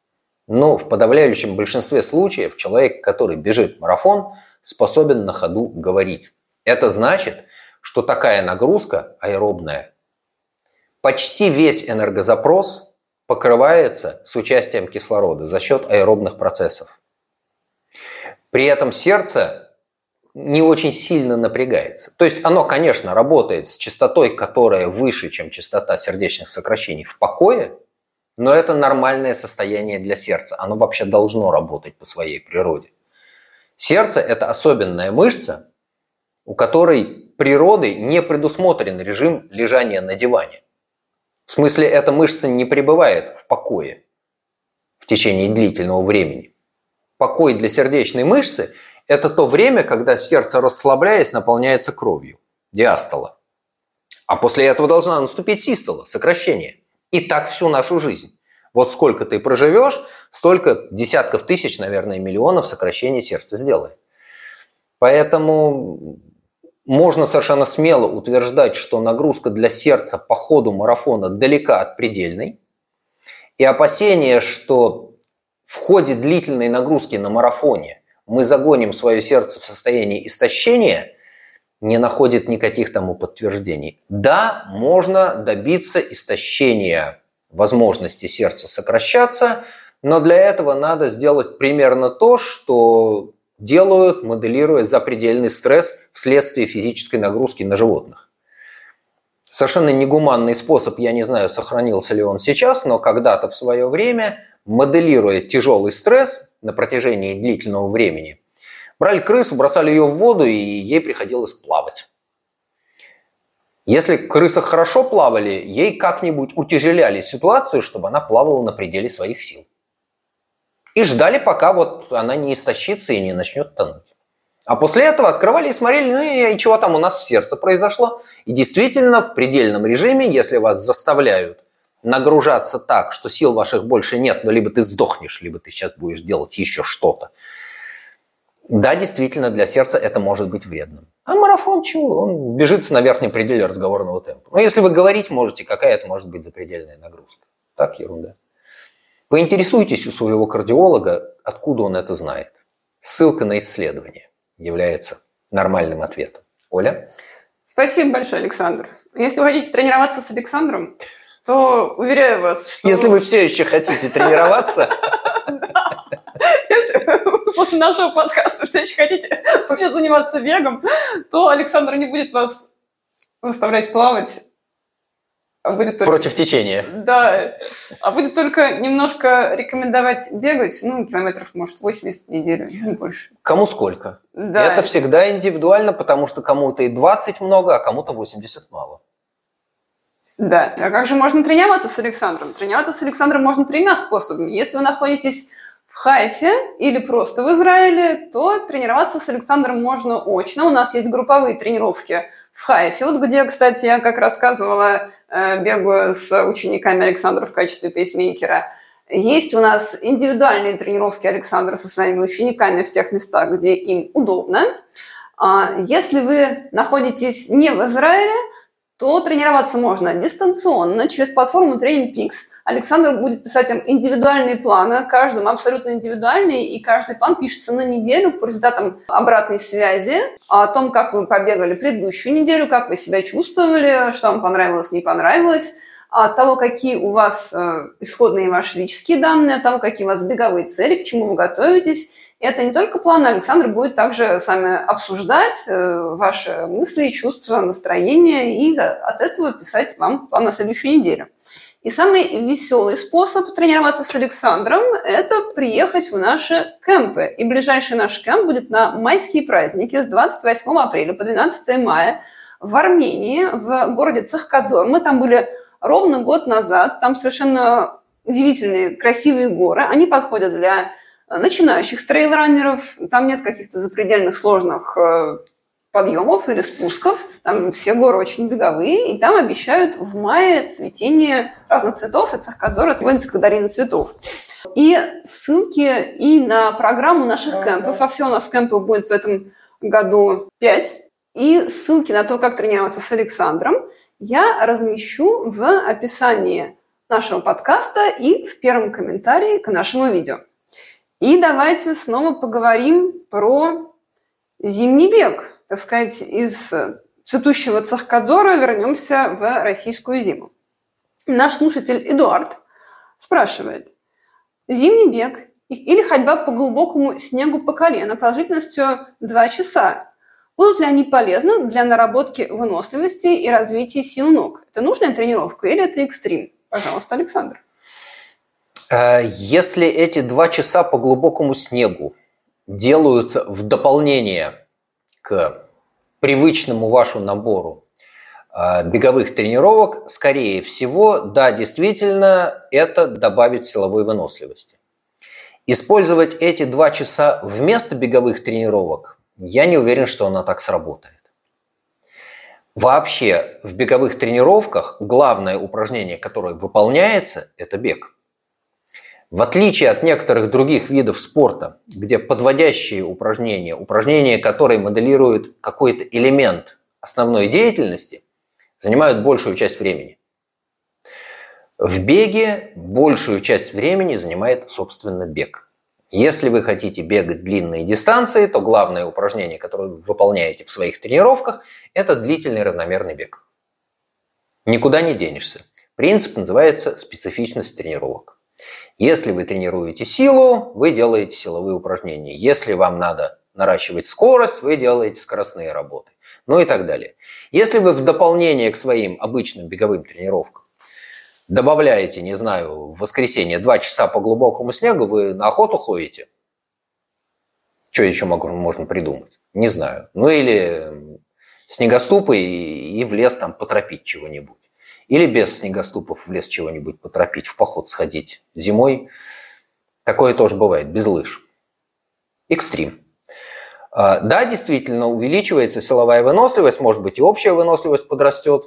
Но в подавляющем большинстве случаев человек, который бежит марафон, способен на ходу говорить. Это значит, что такая нагрузка аэробная. Почти весь энергозапрос покрывается с участием кислорода за счет аэробных процессов. При этом сердце не очень сильно напрягается. То есть оно, конечно, работает с частотой, которая выше, чем частота сердечных сокращений в покое, но это нормальное состояние для сердца. Оно вообще должно работать по своей природе. Сердце – это особенная мышца, у которой природой не предусмотрен режим лежания на диване. В смысле, эта мышца не пребывает в покое в течение длительного времени. Покой для сердечной мышцы – это то время, когда сердце, расслабляясь, наполняется кровью, диастола. А после этого должна наступить систола, сокращение. И так всю нашу жизнь. Вот сколько ты проживешь, столько десятков тысяч, наверное, миллионов сокращений сердца сделает. Поэтому можно совершенно смело утверждать, что нагрузка для сердца по ходу марафона далека от предельной. И опасение, что в ходе длительной нагрузки на марафоне мы загоним свое сердце в состояние истощения, не находит никаких тому подтверждений. Да, можно добиться истощения возможности сердца сокращаться, но для этого надо сделать примерно то, что делают, моделируя запредельный стресс вследствие физической нагрузки на животных. Совершенно негуманный способ, я не знаю, сохранился ли он сейчас, но когда-то в свое время, моделируя тяжелый стресс на протяжении длительного времени, брали крысу, бросали ее в воду, и ей приходилось плавать. Если крысы хорошо плавали, ей как-нибудь утяжеляли ситуацию, чтобы она плавала на пределе своих сил. И ждали, пока вот она не истощится и не начнет тонуть. А после этого открывали и смотрели, ну и чего там у нас в сердце произошло. И действительно, в предельном режиме, если вас заставляют нагружаться так, что сил ваших больше нет, но либо ты сдохнешь, либо ты сейчас будешь делать еще что-то, да, действительно, для сердца это может быть вредным. А марафон чего? Он бежится на верхнем пределе разговорного темпа. Но если вы говорить можете, какая это может быть запредельная нагрузка? Так, ерунда. Поинтересуйтесь у своего кардиолога, откуда он это знает. Ссылка на исследование является нормальным ответом. Оля? Спасибо большое, Александр. Если вы хотите тренироваться с Александром, то уверяю вас, что... Если вы все еще хотите тренироваться... Если после нашего подкаста все еще хотите вообще заниматься бегом, то Александр не будет вас заставлять плавать. А будет только... Против течения. Да. А будет только немножко рекомендовать бегать, ну, километров, может, восемьдесят в неделю, не больше. Кому сколько. Да. Это всегда индивидуально, потому что кому-то и двадцать много, а кому-то восемьдесят мало. Да. А как же можно тренироваться с Александром? Тренироваться с Александром можно тремя способами. Если вы находитесь в Хайфе или просто в Израиле, то тренироваться с Александром можно очно. У нас есть групповые тренировки в Хайфе, вот где, кстати, я, как рассказывала, бегаю с учениками Александра в качестве пейсмейкера. Есть у нас индивидуальные тренировки Александра со своими учениками в тех местах, где им удобно. Если вы находитесь не в Израиле, то тренироваться можно дистанционно через платформу Training Peaks. Александр будет писать вам индивидуальные планы, каждому абсолютно индивидуальный, и каждый план пишется на неделю по результатам обратной связи о том, как вы побегали предыдущую неделю, как вы себя чувствовали, что вам понравилось, не понравилось, от того, какие у вас исходные ваши физические данные, от того, какие у вас беговые цели, к чему вы готовитесь. Это не только планы, Александр будет также с вами обсуждать ваши мысли, чувства, настроения и от этого писать вам план на следующую неделю. И самый веселый способ тренироваться с Александром – это приехать в наши кемпы. И ближайший наш кемп будет на майские праздники с двадцать восьмого апреля по двенадцатого мая в Армении, в городе Цахкадзор. Мы там были ровно год назад. Там совершенно удивительные, красивые горы. Они подходят для начинающих трейлранеров. Там нет каких-то запредельных сложных подъемов или спусков. Там все горы очень беговые. И там обещают в мае цветение разных цветов. И Цахкадзор – это воинская долина цветов. И ссылки и на программу наших кемпов. А все у нас кемпов будет в этом году пять. И ссылки на то, как тренироваться с Александром, я размещу в описании нашего подкаста и в первом комментарии к нашему видео. И давайте снова поговорим про зимний бег. Так сказать, из цветущего цехкадзора вернемся в российскую зиму. Наш слушатель Эдуард спрашивает: зимний бег или ходьба по глубокому снегу по колено продолжительностью два часа, будут ли они полезны для наработки выносливости и развития сил ног? Это нужная тренировка или это экстрим? Пожалуйста, Александр. Если эти два часа по глубокому снегу делаются в дополнение к привычному вашему набору беговых тренировок, скорее всего, да, действительно, это добавит силовой выносливости. Использовать эти два часа вместо беговых тренировок, я не уверен, что она так сработает. Вообще, в беговых тренировках главное упражнение, которое выполняется, это бег. В отличие от некоторых других видов спорта, где подводящие упражнения, упражнения, которые моделируют какой-то элемент основной деятельности, занимают большую часть времени. В беге большую часть времени занимает, собственно, бег. Если вы хотите бегать длинные дистанции, то главное упражнение, которое вы выполняете в своих тренировках, это длительный равномерный бег. Никуда не денешься. Принцип называется специфичность тренировок. Если вы тренируете силу, вы делаете силовые упражнения. Если вам надо наращивать скорость, вы делаете скоростные работы. Ну и так далее. Если вы в дополнение к своим обычным беговым тренировкам добавляете, не знаю, в воскресенье два часа по глубокому снегу, вы на охоту ходите. Что еще можно придумать? Не знаю. Ну или снегоступы и в лес там потропить чего-нибудь. Или без снегоступов в лес чего-нибудь потропить, в поход сходить зимой. Такое тоже бывает, без лыж. Экстрим. Да, действительно, увеличивается силовая выносливость, может быть, и общая выносливость подрастет.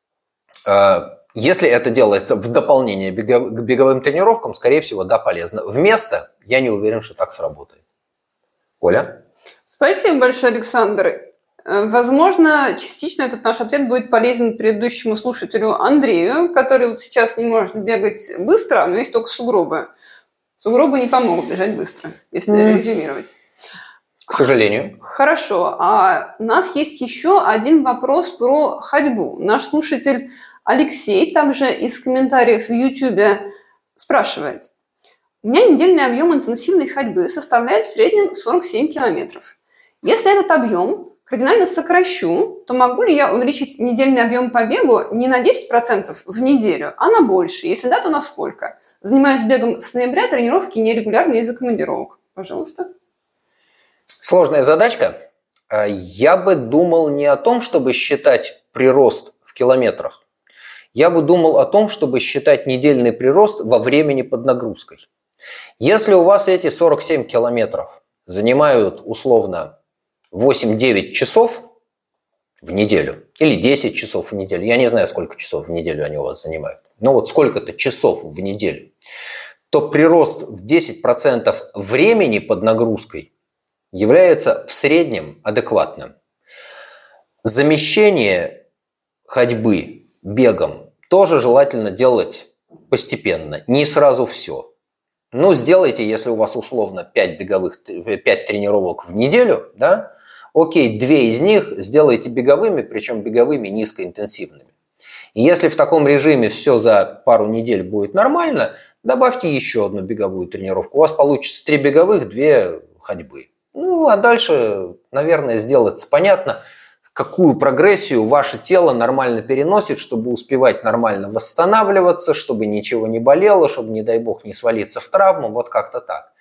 Если это делается в дополнение к беговым тренировкам, скорее всего, да, полезно. Вместо, я не уверен, что так сработает. Оля? Спасибо большое, Александр. Возможно, частично этот наш ответ будет полезен предыдущему слушателю Андрею, который вот сейчас не может бегать быстро, но есть только сугробы. Сугробы не помогут бежать быстро, если mm. резюмировать. К сожалению. Хорошо. А у нас есть еще один вопрос про ходьбу. Наш слушатель Алексей также из комментариев в YouTube спрашивает: у меня недельный объем интенсивной ходьбы составляет в среднем сорок семь километров. Если этот объем кардинально сокращу, то могу ли я увеличить недельный объем по бегу не на десять процентов в неделю, а на больше? Если да, то на сколько? Занимаюсь бегом с ноября, тренировки нерегулярные из-за командировок. Пожалуйста. Сложная задачка. Я бы думал не о том, чтобы считать прирост в километрах. Я бы думал о том, чтобы считать недельный прирост во времени под нагрузкой. Если у вас эти сорок семь километров занимают условно восемь-девять часов в неделю или десять часов в неделю, я не знаю, сколько часов в неделю они у вас занимают, но вот сколько-то часов в неделю, то прирост в десять процентов времени под нагрузкой является в среднем адекватным. Замещение ходьбы бегом тоже желательно делать постепенно, не сразу все. Ну, сделайте, если у вас условно пять беговых, пять тренировок в неделю, да, окей, две из них сделайте беговыми, причем беговыми низкоинтенсивными. И если в таком режиме все за пару недель будет нормально, добавьте еще одну беговую тренировку. У вас получится три беговых, две ходьбы. Ну, а дальше, наверное, сделается понятно, какую прогрессию ваше тело нормально переносит, чтобы успевать нормально восстанавливаться, чтобы ничего не болело, чтобы, не дай бог, не свалиться в травму, вот как-то так.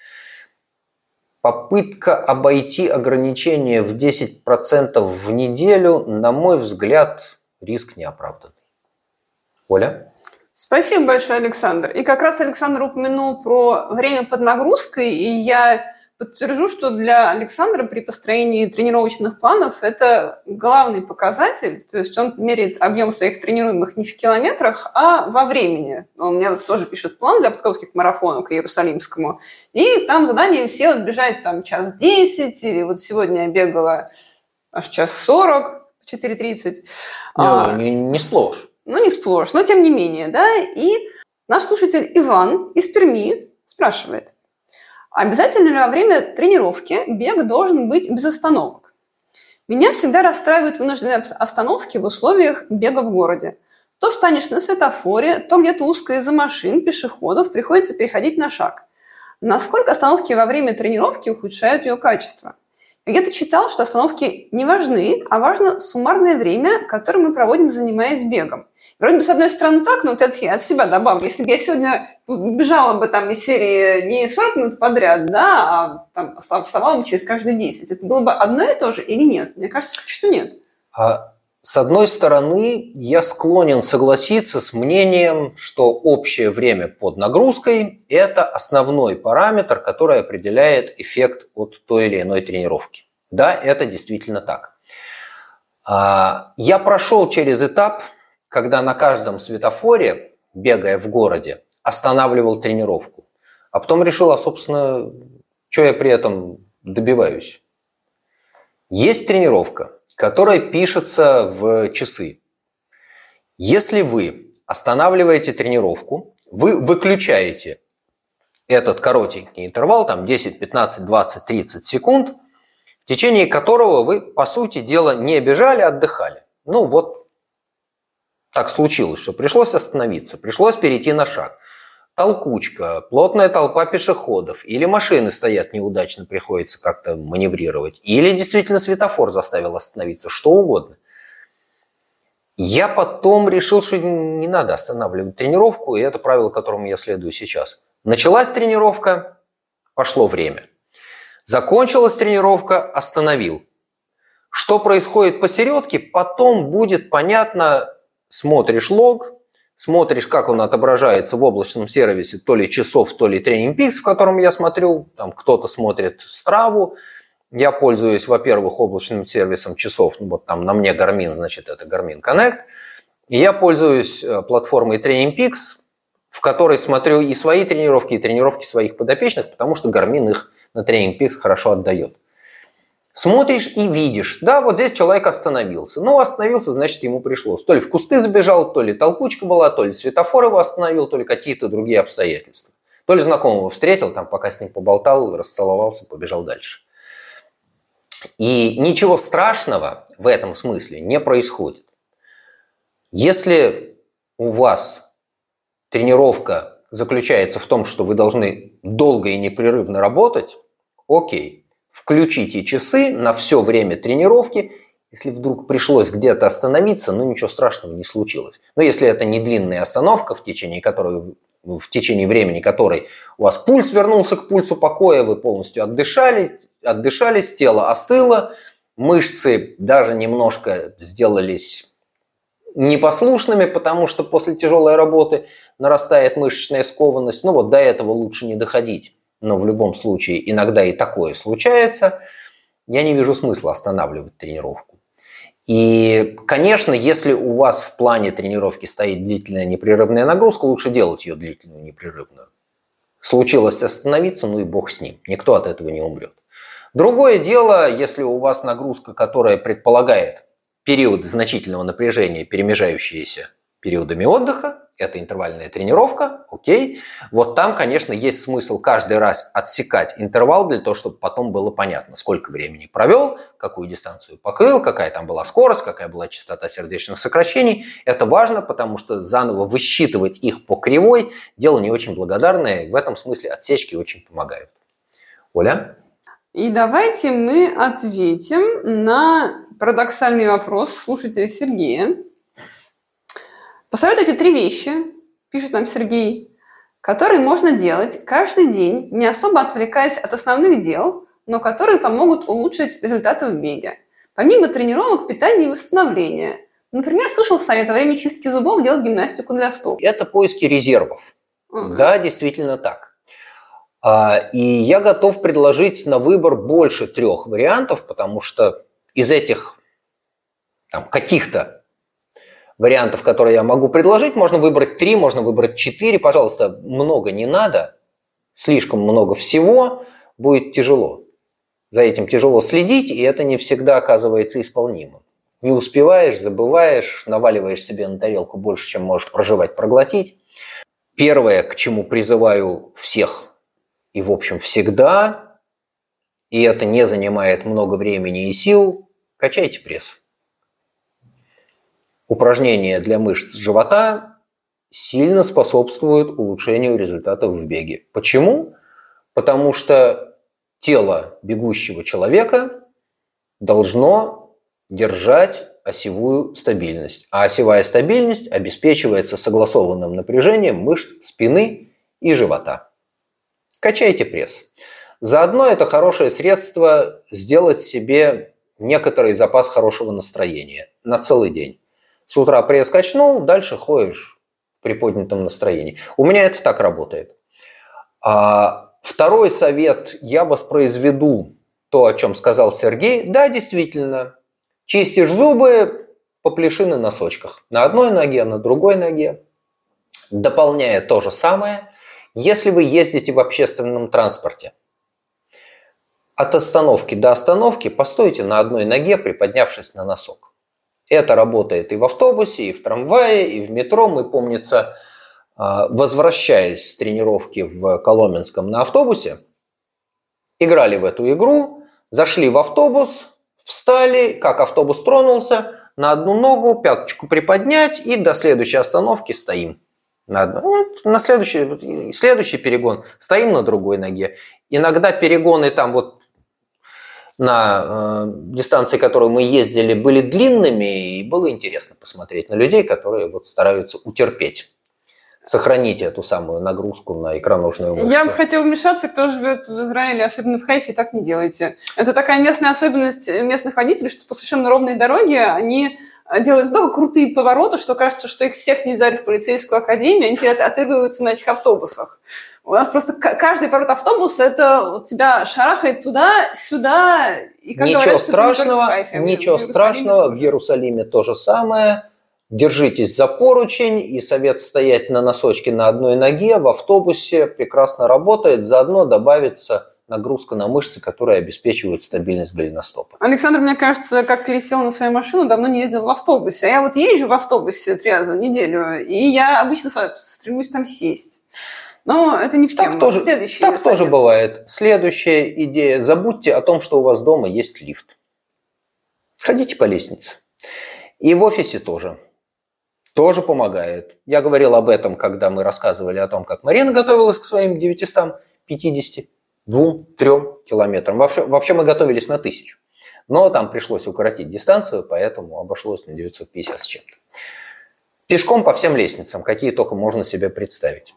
Попытка обойти ограничение в десять процентов в неделю, на мой взгляд, риск неоправданный. Оля? Спасибо большое, Александр. И как раз Александр упомянул про время под нагрузкой, и я подтвержу, что для Александра при построении тренировочных планов это главный показатель, то есть он меряет объем своих тренируемых не в километрах, а во времени. Он мне вот тоже пишет план для подготовки к марафону, к Иерусалимскому, и там задание все вот бежать там час десять, или вот сегодня я бегала аж час сорок, четыре тридцать. Ну, а, не, не сплошь. Ну, не сплошь, но тем не менее, да, и Наш слушатель Иван из Перми спрашивает: обязательно ли во время тренировки бег должен быть без остановок? Меня всегда расстраивают вынужденные остановки в условиях бега в городе. То встанешь на светофоре, то где-то узко из-за машин, пешеходов, приходится переходить на шаг. Насколько остановки во время тренировки ухудшают ее качество? Я где-то читал, что остановки не важны, а важно суммарное время, которое мы проводим, занимаясь бегом. Вроде бы, с одной стороны, так, но вот от себя добавлю. Если бы я сегодня бежала бы там из серии не сорок минут подряд, да, а там вставала бы через каждые десять, это было бы одно и то же или нет? Мне кажется, что нет. А с одной стороны, я склонен согласиться с мнением, что общее время под нагрузкой – это основной параметр, который определяет эффект от той или иной тренировки. Да, это действительно так. Я прошел через этап, когда на каждом светофоре, бегая в городе, останавливал тренировку. А потом решил, а, собственно, что я при этом добиваюсь. Есть тренировка, которая пишется в часы. Если вы останавливаете тренировку, вы выключаете этот коротенький интервал, там десять, пятнадцать, двадцать, тридцать секунд, в течение которого вы, по сути дела, не бежали, а отдыхали. Ну вот так случилось, что пришлось остановиться, пришлось перейти на шаг. Толкучка, плотная толпа пешеходов, или машины стоят неудачно, приходится как-то маневрировать, или действительно светофор заставил остановиться, что угодно. Я потом решил, что не надо останавливать тренировку, и это правило, которому я следую сейчас. Началась тренировка, пошло время. Закончилась тренировка, остановил. Что происходит посередке, потом будет понятно, смотришь лог, смотришь, как он отображается в облачном сервисе, то ли часов, то ли Training Peaks, в котором я смотрю. Там кто-то смотрит Страву. Я пользуюсь, во-первых, облачным сервисом часов. Ну, вот там на мне Garmin, значит, это Garmin Connect. И я пользуюсь платформой Training Peaks, в которой смотрю и свои тренировки, и тренировки своих подопечных, потому что Garmin их на Training Peaks хорошо отдает. Смотришь и видишь, да, вот здесь человек остановился. Ну, остановился, значит, ему пришлось. То ли в кусты забежал, то ли толкучка была, то ли светофор его остановил, то ли какие-то другие обстоятельства. То ли знакомого встретил, там, пока с ним поболтал, расцеловался, побежал дальше. И ничего страшного в этом смысле не происходит. Если у вас тренировка заключается в том, что вы должны долго и непрерывно работать, окей. Включите часы на все время тренировки. Если вдруг пришлось где-то остановиться, ну ничего страшного не случилось. Но если это не длинная остановка, в течение которой, в течение времени которой у вас пульс вернулся к пульсу покоя, вы полностью отдышали, отдышались, тело остыло, мышцы даже немножко сделались непослушными, потому что после тяжелой работы нарастает мышечная скованность. Ну вот до этого лучше не доходить. Но в любом случае иногда и такое случается, я не вижу смысла останавливать тренировку. И, конечно, если у вас в плане тренировки стоит длительная непрерывная нагрузка, лучше делать ее длительную непрерывную. Случилось остановиться, ну и бог с ним, никто от этого не умрет. Другое дело, если у вас нагрузка, которая предполагает периоды значительного напряжения, перемежающиеся периодами отдыха, это интервальная тренировка, окей. Вот там, конечно, есть смысл каждый раз отсекать интервал для того, чтобы потом было понятно, сколько времени провел, какую дистанцию покрыл, какая там была скорость, какая была частота сердечных сокращений. Это важно, потому что заново высчитывать их по кривой – дело не очень благодарное. В этом смысле отсечки очень помогают. Оля? И давайте мы ответим на парадоксальный вопрос слушателя Сергея. Посоветуйте три вещи, пишет нам Сергей, которые можно делать каждый день, не особо отвлекаясь от основных дел, но которые помогут улучшить результаты в беге. Помимо тренировок, питания и восстановления. Например, слышал совет во время чистки зубов делать гимнастику для стоп. Это поиски резервов. Ага. Да, действительно так. И я готов предложить на выбор больше трех вариантов, потому что из этих там, каких-то вариантов, которые я могу предложить, можно выбрать три, можно выбрать четыре. Пожалуйста, много не надо, слишком много всего, будет тяжело. За этим тяжело следить, и это не всегда оказывается исполнимым. Не успеваешь, забываешь, наваливаешь себе на тарелку больше, чем можешь прожевать, проглотить. Первое, к чему призываю всех и, в общем, всегда, и это не занимает много времени и сил, качайте пресс. Упражнения для мышц живота сильно способствуют улучшению результатов в беге. Почему? Потому что тело бегущего человека должно держать осевую стабильность. А осевая стабильность обеспечивается согласованным напряжением мышц спины и живота. Качайте пресс. Заодно это хорошее средство сделать себе некоторый запас хорошего настроения на целый день. С утра пресс качнул, дальше ходишь в приподнятом настроении. У меня это так работает. А второй совет я воспроизведу то, о чем сказал Сергей. Да, действительно, чистишь зубы, попляши на носочках. На одной ноге, на другой ноге. Дополняя то же самое, если вы ездите в общественном транспорте, от остановки до остановки постойте на одной ноге, приподнявшись на носок. Это работает и в автобусе, и в трамвае, и в метро. Мы, помнится, возвращаясь с тренировки в Коломенском на автобусе, играли в эту игру, зашли в автобус, встали, как автобус тронулся, на одну ногу, пяточку приподнять и до следующей остановки стоим. На, одну, на следующий, следующий перегон стоим на другой ноге. Иногда перегоны там вот на э, дистанции, которую мы ездили, были длинными, и было интересно посмотреть на людей, которые вот стараются утерпеть. Сохраните эту самую нагрузку на икроножную мышцу. Я бы хотела вмешаться, кто живет в Израиле, особенно в Хайфе, так не делайте. Это такая местная особенность местных водителей, что по совершенно ровной дороге они делают столько крутые повороты, что кажется, что их всех не взяли в полицейскую академию, они всегда отыгрываются на этих автобусах. У нас просто каждый поворот автобуса, это вот тебя шарахает туда-сюда. И как ничего говорят, страшного, в Хайфе, ничего в страшного, в Иерусалиме то же самое. Держитесь за поручень, и совет стоять на носочке на одной ноге в автобусе прекрасно работает. Заодно добавится нагрузка на мышцы, которые обеспечивают стабильность голеностопа. Александр, мне кажется, как пересел на свою машину, давно не ездил в автобусе. А я вот езжу в автобусе три раза в неделю, и я обычно стремлюсь там сесть. Но это не в тему. Так тоже, Следующий так совет. тоже бывает. Следующая идея. Забудьте о том, что у вас дома есть лифт. Ходите по лестнице. И в офисе тоже. Тоже помогает. Я говорил об этом, когда мы рассказывали о том, как Марина готовилась к своим девятистам пятидесяти двум-трем километрам. Вообще, вообще мы готовились на тысячу. Но там пришлось укоротить дистанцию, поэтому обошлось на девятьсот пятьдесят с чем-то. Пешком по всем лестницам, какие только можно себе представить.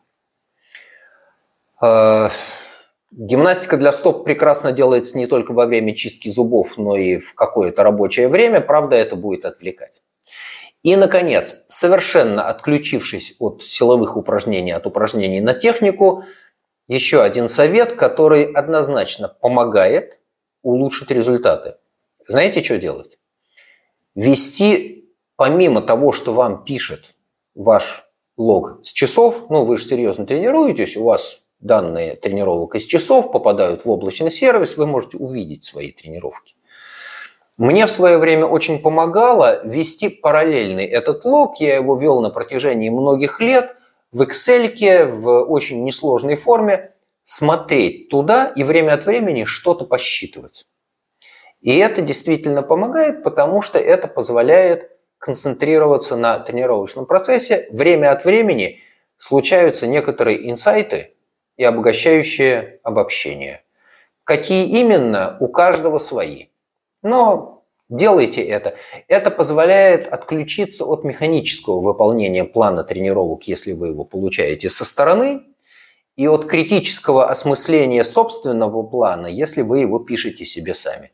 Гимнастика для стоп прекрасно делается не только во время чистки зубов, но и в какое-то рабочее время. Правда, это будет отвлекать. И, наконец, совершенно отключившись от силовых упражнений, от упражнений на технику, еще один совет, который однозначно помогает улучшить результаты. Знаете, что делать? Вести, помимо того, что вам пишет ваш лог с часов, ну, вы же серьезно тренируетесь, у вас данные тренировок из часов попадают в облачный сервис, вы можете увидеть свои тренировки. Мне в свое время очень помогало вести параллельный этот лог. Я его вел на протяжении многих лет в Excel, в очень несложной форме, смотреть туда и время от времени что-то посчитывать. И это действительно помогает, потому что это позволяет концентрироваться на тренировочном процессе. Время от времени случаются некоторые инсайты и обогащающие обобщения. Какие именно, у каждого свои. Но делайте это. Это позволяет отключиться от механического выполнения плана тренировок, если вы его получаете со стороны, и от критического осмысления собственного плана, если вы его пишете себе сами.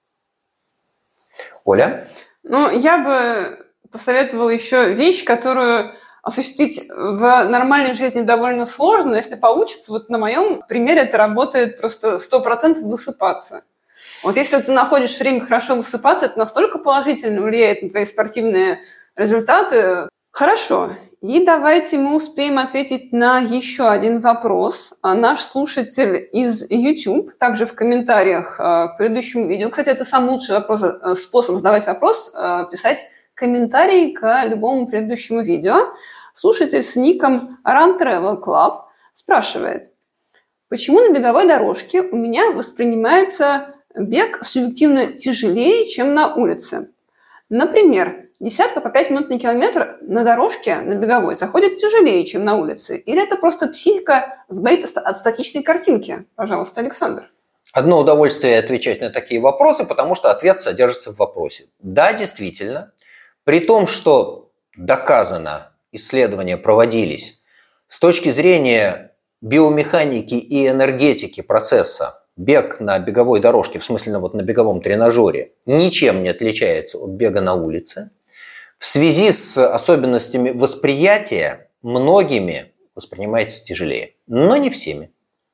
Оля? Ну, я бы посоветовала еще вещь, которую осуществить в нормальной жизни довольно сложно, но если получится, вот на моем примере это работает просто сто процентов высыпаться. Вот если ты находишь время хорошо высыпаться, это настолько положительно влияет на твои спортивные результаты. Хорошо. И давайте мы успеем ответить на еще один вопрос. Наш слушатель из YouTube, также в комментариях к предыдущему видео. Кстати, это самый лучший вопрос, способ задавать вопрос, писать комментарий к любому предыдущему видео. Слушатель с ником Run Travel Club спрашивает: почему на беговой дорожке у меня воспринимается бег субъективно тяжелее, чем на улице? Например, десятка по пять минут на километр на дорожке, на беговой, заходит тяжелее, чем на улице? Или это просто психика сбоит от статичной картинки? Пожалуйста, Александр. Одно удовольствие отвечать на такие вопросы, потому что ответ содержится в вопросе. Да, действительно, при том, что доказано, исследования проводились с точки зрения биомеханики и энергетики процесса, бег на беговой дорожке, в смысле вот на беговом тренажере, ничем не отличается от бега на улице. В связи с особенностями восприятия многими воспринимается тяжелее, но не всеми.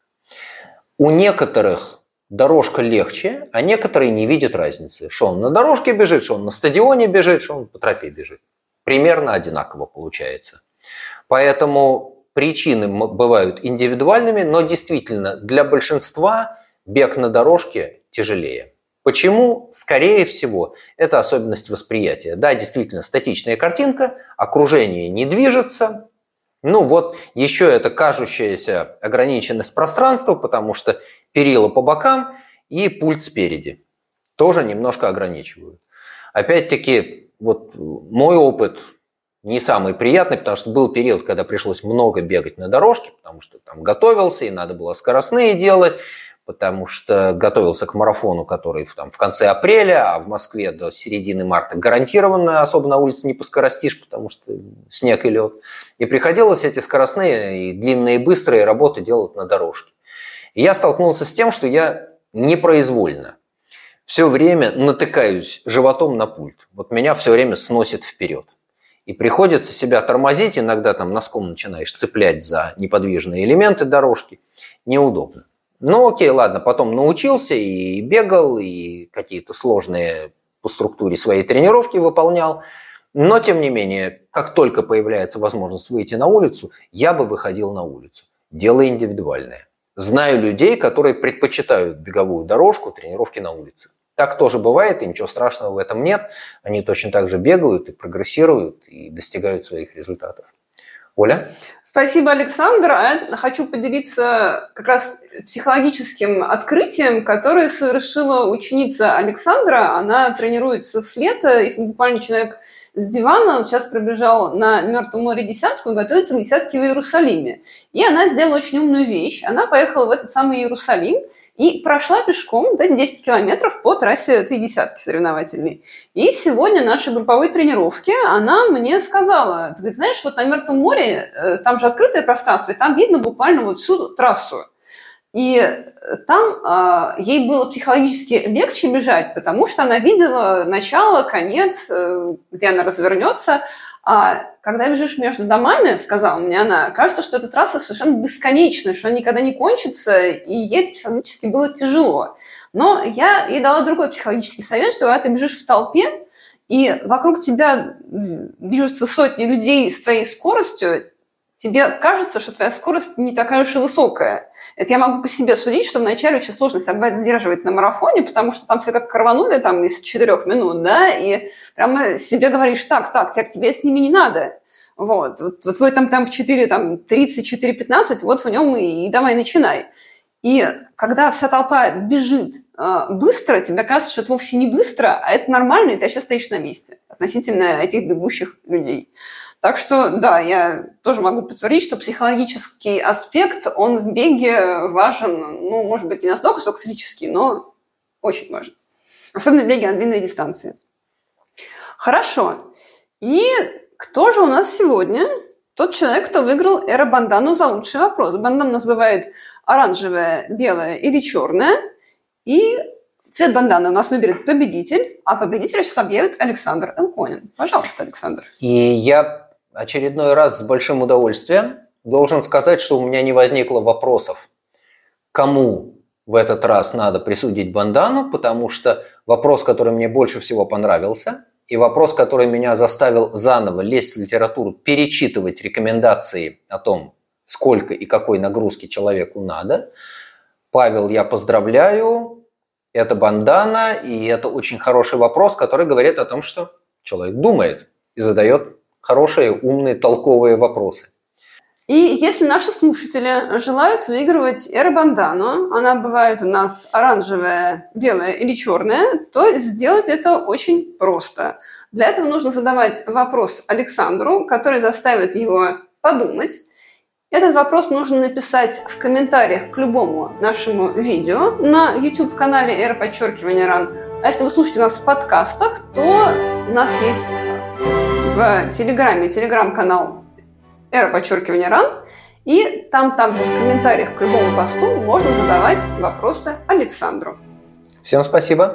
У некоторых дорожка легче, а некоторые не видят разницы. Что он на дорожке бежит, что он на стадионе бежит, что он по тропе бежит. Примерно одинаково получается. Поэтому причины бывают индивидуальными, но действительно для большинства бег на дорожке тяжелее. Почему? Скорее всего, это особенность восприятия. Да, действительно, статичная картинка, окружение не движется. Ну вот еще это кажущаяся ограниченность пространства, потому что перила по бокам и пульт спереди тоже немножко ограничивают. Опять-таки, вот мой опыт не самый приятный, потому что был период, когда пришлось много бегать на дорожке, потому что там готовился, и надо было скоростные делать, потому что готовился к марафону, который там в конце апреля, а в Москве до середины марта гарантированно особо на улице не поскоростишь, потому что снег и лед. И приходилось эти скоростные и длинные и быстрые работы делать на дорожке. И я столкнулся с тем, что я непроизвольно все время натыкаюсь животом на пульт. Вот меня все время сносит вперед. И приходится себя тормозить, иногда там носком начинаешь цеплять за неподвижные элементы дорожки. Неудобно. Ну окей, ладно, потом научился и бегал, и какие-то сложные по структуре своей тренировки выполнял. Но тем не менее, как только появляется возможность выйти на улицу, я бы выходил на улицу. Дело индивидуальное. Знаю людей, которые предпочитают беговую дорожку, тренировки на улице. Так тоже бывает, и ничего страшного в этом нет. Они точно так же бегают и прогрессируют, и достигают своих результатов. Оля? Спасибо, Александр. Я хочу поделиться как раз психологическим открытием, которое совершила ученица Александра. Она тренируется с лета, и буквально человек с дивана, он сейчас пробежал на Мертвом море десятку и готовится к десятке в Иерусалиме. И она сделала очень умную вещь. Она поехала в этот самый Иерусалим и прошла пешком до десять километров по трассе этой десятки соревновательной. И сегодня на нашей групповой тренировке она мне сказала: ты говорит, знаешь, вот на Мертвом море, там же открытое пространство, и там видно буквально вот всю трассу. И там э, ей было психологически легче бежать, потому что она видела начало, конец, э, где она развернется. А когда бежишь между домами, сказала мне она, кажется, что эта трасса совершенно бесконечная, что она никогда не кончится, и ей это психологически было тяжело. Но я ей дала другой психологический совет, что когда ты бежишь в толпе, и вокруг тебя движутся сотни людей с твоей скоростью, тебе кажется, что твоя скорость не такая уж и высокая. Это я могу по себе судить, что вначале очень сложно себя бывает сдерживать на марафоне, потому что там все как рванули там, из четырех минут, да, и прямо себе говоришь, так, так, тебе, тебе с ними не надо. Вот, вот, вот твой там, там четыре тридцать, четыре пятнадцать, вот в нем и, и давай начинай. И когда вся толпа бежит э, быстро, тебе кажется, что это вовсе не быстро, а это нормально, и ты сейчас стоишь на месте относительно этих бегущих людей. Так что, да, я тоже могу подтвердить, что психологический аспект, он в беге важен, ну, может быть, не настолько, столько физический, но очень важен. Особенно в беге на длинной дистанции. Хорошо. И кто же у нас сегодня? Тот человек, кто выиграл эро-бандану за лучший вопрос. Бандана у нас бывает оранжевая, белая или черная. И цвет банданы у нас выберет победитель, а победителя сейчас объявит Александр Элконин. Пожалуйста, Александр. И я очередной раз с большим удовольствием должен сказать, что у меня не возникло вопросов, кому в этот раз надо присудить бандану, потому что вопрос, который мне больше всего понравился, и вопрос, который меня заставил заново лезть в литературу, перечитывать рекомендации о том, сколько и какой нагрузки человеку надо. Павел, я поздравляю, это бандана, и это очень хороший вопрос, который говорит о том, что человек думает и задает хорошие, умные, толковые вопросы. И если наши слушатели желают выигрывать эробандану, она бывает у нас оранжевая, белая или черная, то сделать это очень просто. Для этого нужно задавать вопрос Александру, который заставит его подумать. Этот вопрос нужно написать в комментариях к любому нашему видео на YouTube-канале эра подчеркивание ран. А если вы слушаете нас в подкастах, то у нас есть в Телеграме телеграм-канал эра подчеркивание ран, и там также в комментариях к любому посту можно задавать вопросы Александру. Всем спасибо.